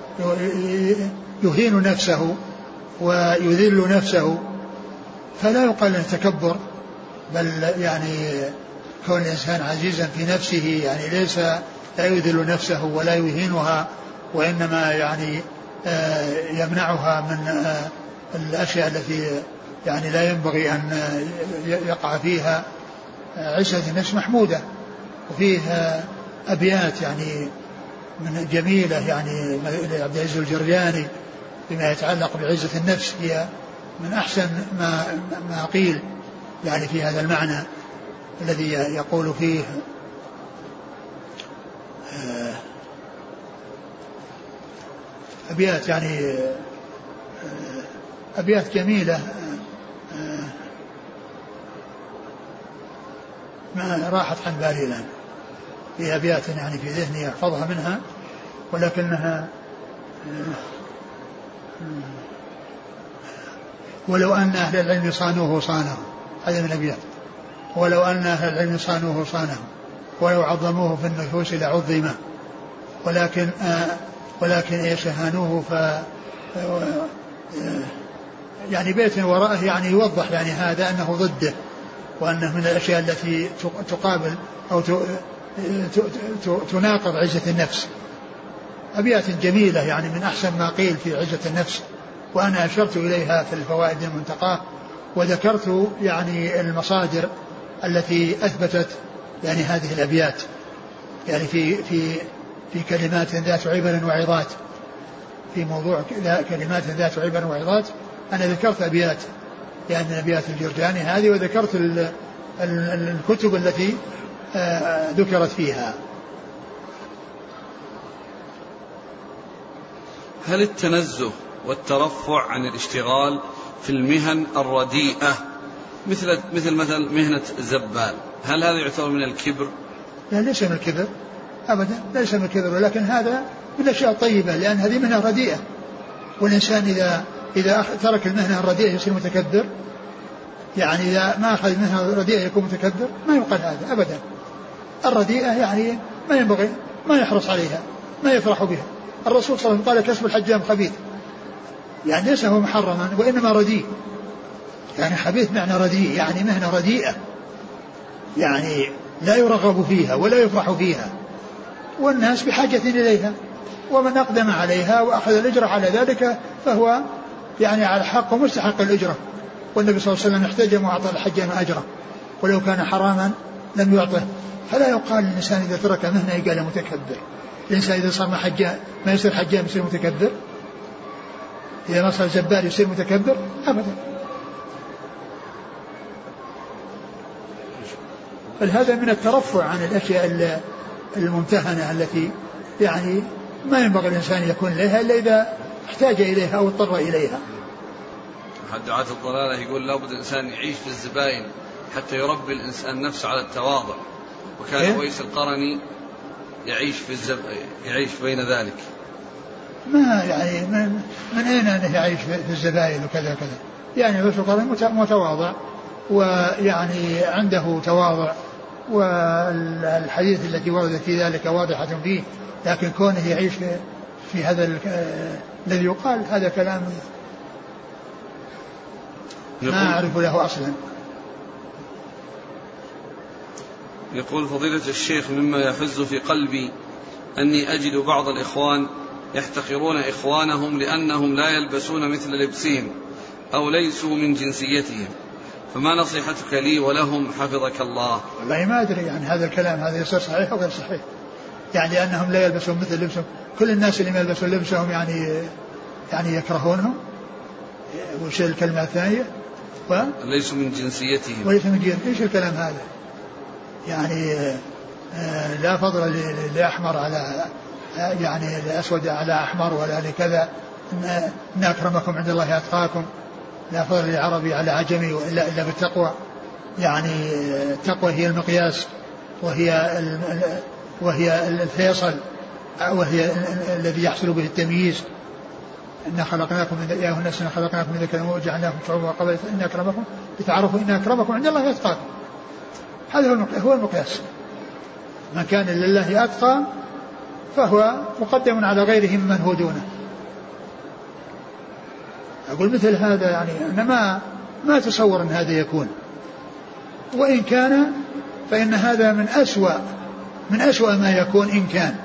يهين نفسه ويذل نفسه، فلا يقال تكبر، بل يعني كون الإنسان عزيزا في نفسه يعني ليس لا يذل نفسه ولا يهينها، وإنما يعني يمنعها من الأشياء التي يعني لا ينبغي أن يقع فيها. عزة النفس محمودة، وفيها أبيات يعني من جميلة يعني لعبد العزيز الجرجاني بما يتعلق بعزة النفس، هي من أحسن ما ما قيل يعني في هذا المعنى الذي يقول فيه أبيات يعني أبيات جميلة ما راحت عن بالي الآن، في أبيات يعني في ذهني أحفظها منها، ولكنها ولو أن أهل العلم صانوه صانه، هذا من الأبيات، ولو أن أهل العلم صانوه صانه ولو عظموه في النفوس لعظمه، ولكن آه ولكن ايش هانوه ف يعني بيت وراءه يعني يوضح يعني هذا أنه ضده، وأنه من الأشياء التي تقابل أو تناقض عزة النفس. أبيات جميلة يعني من أحسن ما قيل في عزة النفس، وأنا أشرت إليها في الفوائد المنتقاة، وذكرت يعني المصادر التي أثبتت يعني هذه الأبيات، يعني في في في كلمات ذات عبر وعظات، في موضوع كلمات ذات عبر وعظات أنا ذكرت أبيات يعني أبيات الجرجاني هذه، وذكرت ال ال الكتب التي آه ذكرت فيها. هل التنزه والترفع عن الاشتغال في المهن الرديئة مثل مثل مثل مهنة الزبال، هل هذا يعتبر من الكبر؟ لا، ليس من الكبر أبدا، ليس من الكبر، ولكن هذا من الأشياء الطيبة، لأن هذه مهنة رديئة، والإنسان إذا إذا ترك المهنة الرديئة يصير متكبر، يعني إذا ما أخذ منها رديئة يكون متكبر، ما يقال هذا أبدا. الرديئة يعني ما ينبغي، ما يحرص عليها، ما يفرح بها. الرسول صلى الله عليه وسلم قال كسب الحجام خبيث، يعني ليس هو محرما وإنما رديء. يعني خبيث معنى رديء، يعني مهنة رديئة، يعني لا يرغب فيها ولا يفرح فيها، والناس بحاجة إليها، ومن أقدم عليها وأخذ الأجرة على ذلك فهو يعني على حق ومستحق الأجرة. والنبي صلى الله عليه وسلم احتجم وأعطى الحجام أجره، ولو كان حراما لم يعطه. فلا يقال الإنسان إذا ترك مهنة قال متكبر. الإنسان إذا صار حجام ما يصير حجام يصير متكبر؟ إذا ما صار زبال يصير متكبر؟ أبدا. فهذا من الترفع عن الأشياء الممتهنة التي يعني ما ينبغي الإنسان يكون لها إلا إذا احتاج إليها أو اضطر إليها. أحد دعاة الضلالة يقول لابد الإنسان يعيش في الزبائن حتى يربي الإنسان نفسه على التواضع، وكان إيه؟ ويس القرني يعيش في الزب... يعيش بين ذلك. ما يعني من, من أين أنه يعيش في الزبائن وكذا كذا؟ يعني ويس القرني متواضع، ويعني عنده تواضع، والحديث التي وردت في ذلك واضحة فيه، لكن كونه يعيش في, في هذا الذي يقال هذا كلام ما أعرف له أصلا. يقول فضيلة الشيخ مما يحز في قلبي أني أجد بعض الإخوان يحتقرون إخوانهم لأنهم لا يلبسون مثل لبسهم أو ليسوا من جنسيتهم، فما نصيحتك لي ولهم حفظك الله؟ والله ما أدري يعني هذا الكلام هذا يصير صحيح أو غير صحيح، يعني أنهم لا يلبسون مثل لبسهم، كل الناس اللي ما يلبسون لبسهم يعني يعني يكرهونهم. وش الكلمة الثانية؟ و... ليسوا من جنسيتهم. وليسوا من جنسيتهم. إيش الكلام هذا؟ يعني آه لا فضل لأحمر على يعني الأسود على أحمر ولا لكذا، إن, إن أكرمكم عند الله أتقاكم، لا فضل لعربي على عجمي إلا, إلا بالتقوى. يعني التقوى هي المقياس، وهي وهي الفيصل، وهي الذي يحصل به التمييز. إن خلقناكم من يا الناس إن خلقناكم من ذكر وجعلناكم شعوبا وقبائل إن أكرمكم لتعرفوا إن أكرمكم عند الله أتقاكم. هذا هو المقياس. من كان لله أتقى فهو مقدم على غيره ممن هو دونه. أقول مثل هذا يعني أنا ما ما تصور أن هذا يكون، وإن كان فإن هذا من أسوأ من أسوأ ما يكون إن كان.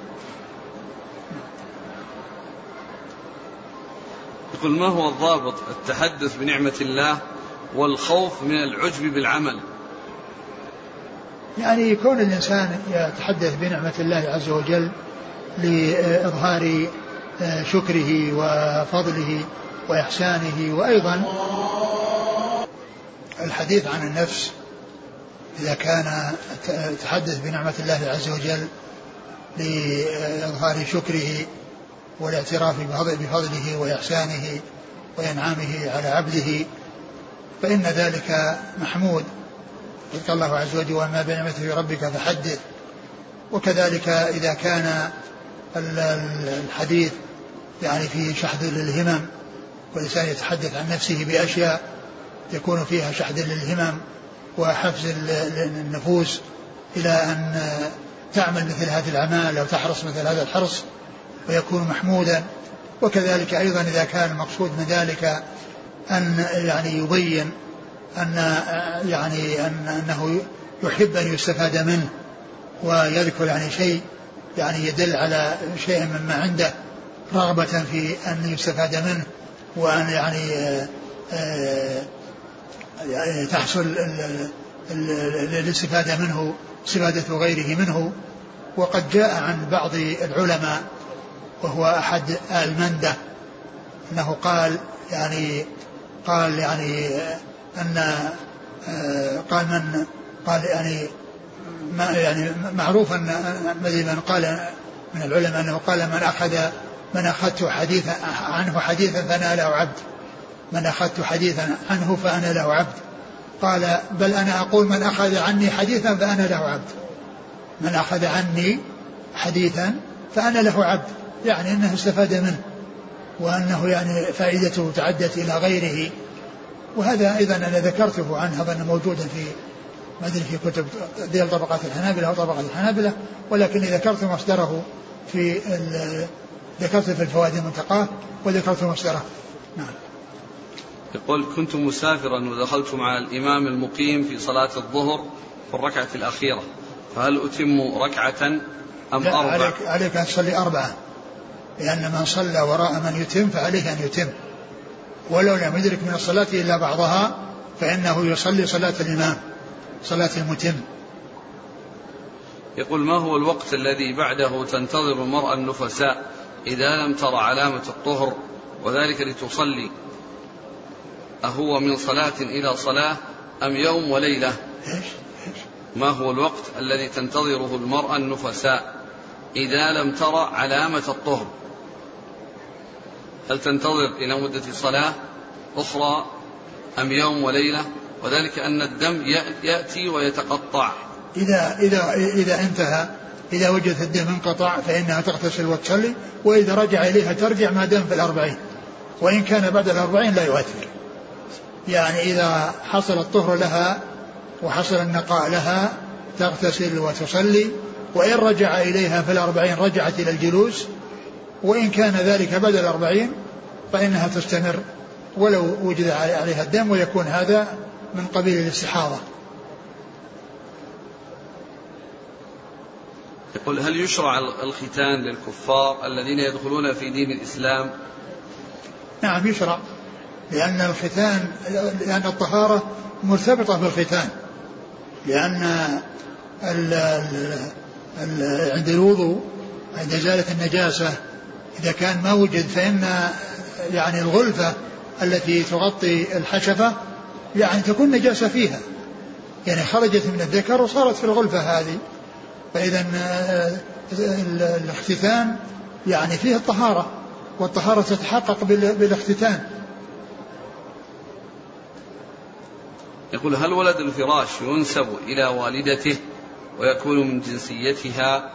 يقول ما هو الضابط التحدث بنعمة الله والخوف من العجب بالعمل؟ يعني يكون الإنسان يتحدث بنعمة الله عز وجل لإظهار شكره وفضله وإحسانه، وأيضا الحديث عن النفس إذا كان تحدث بنعمة الله عز وجل لإظهار شكره والاعتراف بفضله وإحسانه وإنعامه على عبده فإن ذلك محمود. قال الله عز وجل وما بنعمته ربك فحدث. وكذلك إذا كان الحديث يعني فيه شحذ للهمم، والإنسان يتحدث عن نفسه بأشياء يكون فيها شحذ للهمم وحفز النفوس إلى أن تعمل مثل هذه الأعمال أو تحرص مثل هذا الحرص ويكون محمودا. وكذلك أيضا إذا كان المقصود من ذلك أن يعني يبين أن يعني أن أنه يحب أن يستفاد منه ويذكر يعني شيء يعني يدل على شيء مما عنده رغبة في أن يستفاد منه، وأن يعني تحصل الاستفادة منه استفادة غيره منه. وقد جاء عن بعض العلماء وهو أحد المندة أنه قال يعني قال يعني أن قال من قال يعني ما يعني معروف أن من قال من العلماء أنه قال من أخذ من أخذت حديثا عنه حديثا فأنا له عبد، من أخذت حديثا عنه فأنا له عبد. قال بل أنا أقول من أخذ عني حديثا فأنا له عبد، من أخذ عني حديثا فأنا له عبد، يعني أنه استفاد منه وأنه يعني فائدته تعدت إلى غيره وهذا أيضا أنا ذكرته عنه أظن موجودا في ما أدري في كتب ذيل طبقات الحنابلة أو طبقات الحنابلة، ولكني ذكرت مصدره في ذكرت في الفوائد المنتقاه وذكرت مصدره. نعم. يقول كنت مسافرا ودخلت مع الإمام المقيم في صلاة الظهر في الركعة الأخيرة، فهل أتم ركعة أم أربع؟ عليك, عليك أن تصلي أربعة، لأن من صلى وراء من يتم فعليه أن يتم، ولو لم يدرك من الصلاة إلا بعضها فإنه يصلي صلاة الإمام صلاة المتم. يقول ما هو الوقت الذي بعده تنتظر المرأة النفساء إذا لم ترى علامة الطهر وذلك لتصلي؟ أهو من صلاة إلى صلاة أم يوم وليلة؟ ما هو الوقت الذي تنتظره المرأة النفساء إذا لم ترى علامة الطهر؟ هل تنتظر إلى مدة صلاة أخرى أم يوم وليلة؟ وذلك أن الدم يأتي ويتقطع. إذا, إذا, إذا انتهى إذا وجدت الدم انقطع فإنها تغتسل وتصلي، وإذا رجع إليها ترجع ما دام في الأربعين، وإن كان بعد الأربعين لا يؤثر. يعني إذا حصل الطهر لها وحصل النقاء لها تغتسل وتصلي، وإن رجع إليها في الأربعين رجعت إلى الجلوس، وإن كان ذلك بعد الأربعين فإنها تستمر ولو وجد عليها الدم، ويكون هذا من قبيل الاستحاضة. يقول هل يشرع الختان للكفار الذين يدخلون في دين الإسلام؟ نعم يشرع، لأن الختان لأن الطهارة مرتبطة بالختان، لأن ال ال ال عند الوضوء عند إزالة النجاسة إذا كان ما وجد فإن يعني الغلفة التي تغطي الحشفة يعني تكون نجاسة فيها، يعني خرجت من الذكر وصارت في الغلفة هذه، فإذا الاختتان يعني فيه الطهارة، والطهارة تتحقق بالاختتان. يقول هل ولد الفراش ينسب إلى والدته ويكون من جنسيتها؟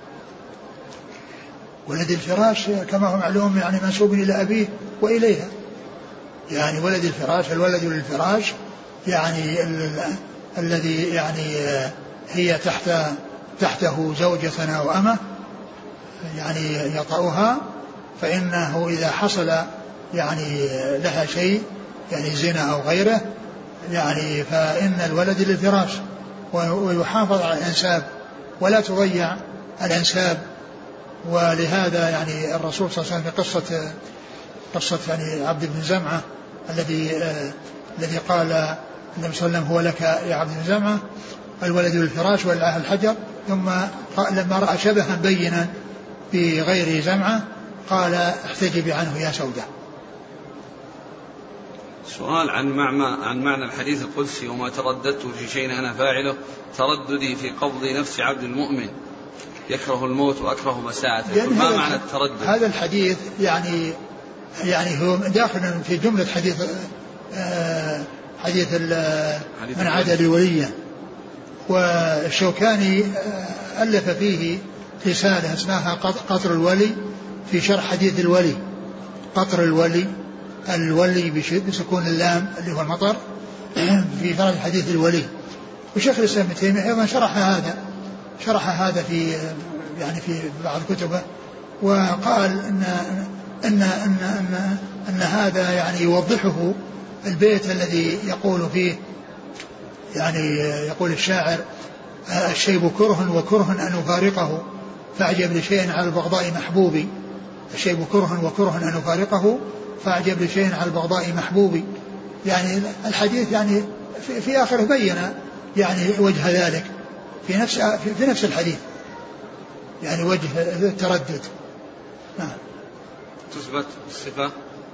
ولد الفراش كما هو معلوم يعني منسوب إلى أبيه وإليها، يعني ولد الفراش الولد للفراش يعني ال- الذي يعني هي تحت تحته زوجة أو أمة يعني يطأها، فإنه إذا حصل يعني لها شيء يعني زنا أو غيره يعني فإن الولد للفراش، ويحافظ على الأنساب ولا تضيع الأنساب. ولهذا يعني الرسول صلى الله عليه وسلم في قصة قصة يعني عبد بن زمعة الذي آه الذي قال النبي صلى الله عليه وسلم هو لك يا عبد بن زمعة الولد للفراش والعاه الحجر، ثم لما رأى شبها بينا بغير زمعة قال احتجبي عنه يا سودة. سؤال عن معنى عن معنى الحديث القدسي وما ترددت في شيء أنا فاعله ترددي في قبض نفس عبد المؤمن يكره الموت وأكره مساعته، يعني ما معنى التردد؟ هذا الحديث يعني يعني هو داخل في جملة حديث آه حديث من عاد لي وليا، والشوكاني آه ألف فيه رسالة اسمها قطر الولي في شرح حديث الولي. قطر الولي الولي بسكون اللام اللي هو المطر في شرح حديث الولي. وشيخ الإسلام ابن تيمية أيضا شرح هذا شرح هذا في يعني في بعض كتبه، وقال إن إن إن إن, إن هذا يعني يوضحه البيت الذي يقول فيه يعني يقول الشاعر الشيب كره وكره أن أفارقه فأعجب لشيء على البغضاء محبوبي. الشيب كره وكره أن أفارقه فأعجب لشيء على البغضاء محبوبي. يعني الحديث يعني في, في آخره بين يعني وجه ذلك في نفس في نفس الحديث يعني وجه التردد. نعم. تثبت الصفة؟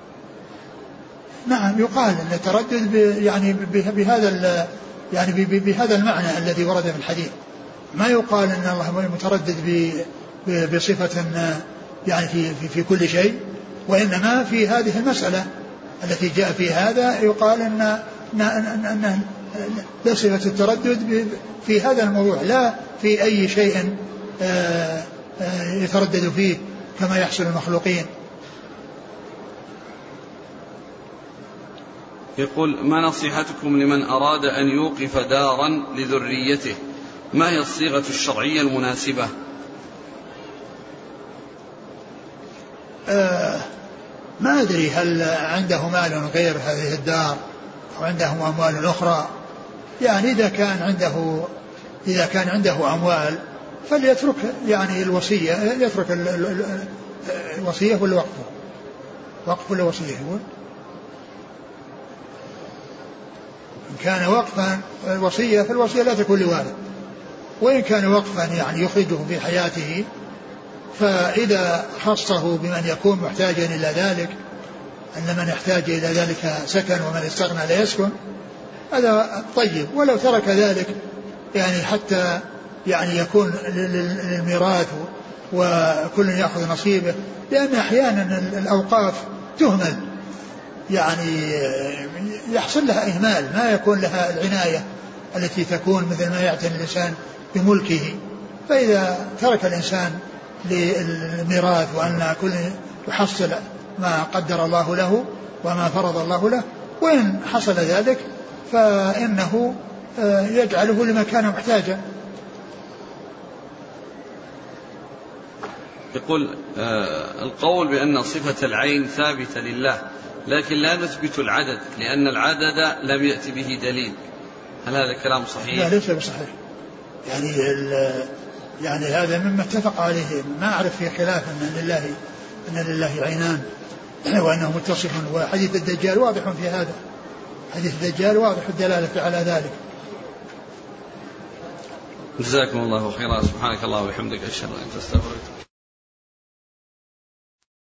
نعم يقال أن التردد يعني بهذا يعني بهذا المعنى الذي ورد في الحديث، ما يقال أن الله متردد بصفة يعني في في في كل شيء، وإنما في هذه المسألة التي جاء في هذا يقال أن أن لا صفة التردد في هذا الموضوع لا في أي شيء يتردد فيه كما يحصل المخلوقين. يقول: ما نصيحتكم لمن أراد أن يوقف دارا لذريته؟ ما هي الصيغة الشرعية المناسبة؟ آه ما أدري هل عنده مال غير هذه الدار أو عنده أموال أخرى. يعني إذا كان عنده إذا كان عنده أموال فليترك يعني الوصية، يترك الوصية والوقف. وقف ولا وصية؟ هو إن كان وقفا الوصية فالوصية لا تكون لوارث، وإن كان وقفا يعني يخرجه في حياته فإذا خصه بمن يكون محتاجا إلى ذلك، أن من يحتاج إلى ذلك سكن ومن استغنى لا يسكن، هذا طيب. ولو ترك ذلك يعني حتى يعني يكون للميراث وكل يأخذ نصيبه، لأن أحيانا الأوقاف تهمل، يعني يحصل لها إهمال، ما يكون لها العناية التي تكون مثل ما يعتني الإنسان بملكه. فإذا ترك الإنسان للميراث وأن كل يحصل ما قدر الله له وما فرض الله له، وإن حصل ذلك فإنه يجعله لما كان محتاجا. يقول: آه القول بأن صفة العين ثابتة لله لكن لا نثبت العدد لأن العدد لم يأتي به دليل، هل هذا كلام صحيح؟ لا ليس بصحيح. يعني يعني هذا مما اتفق عليه، ما أعرف في خلاف أن لله أن لله عينان وأنه متصف، وحديث الدجال واضح في هذا، حديث الدجال واضح الدلالة على ذلك. جزاكم الله خيرا. سبحانك الله وبحمدك، أشهد أن لا إله إلا أنت، أستغفرك.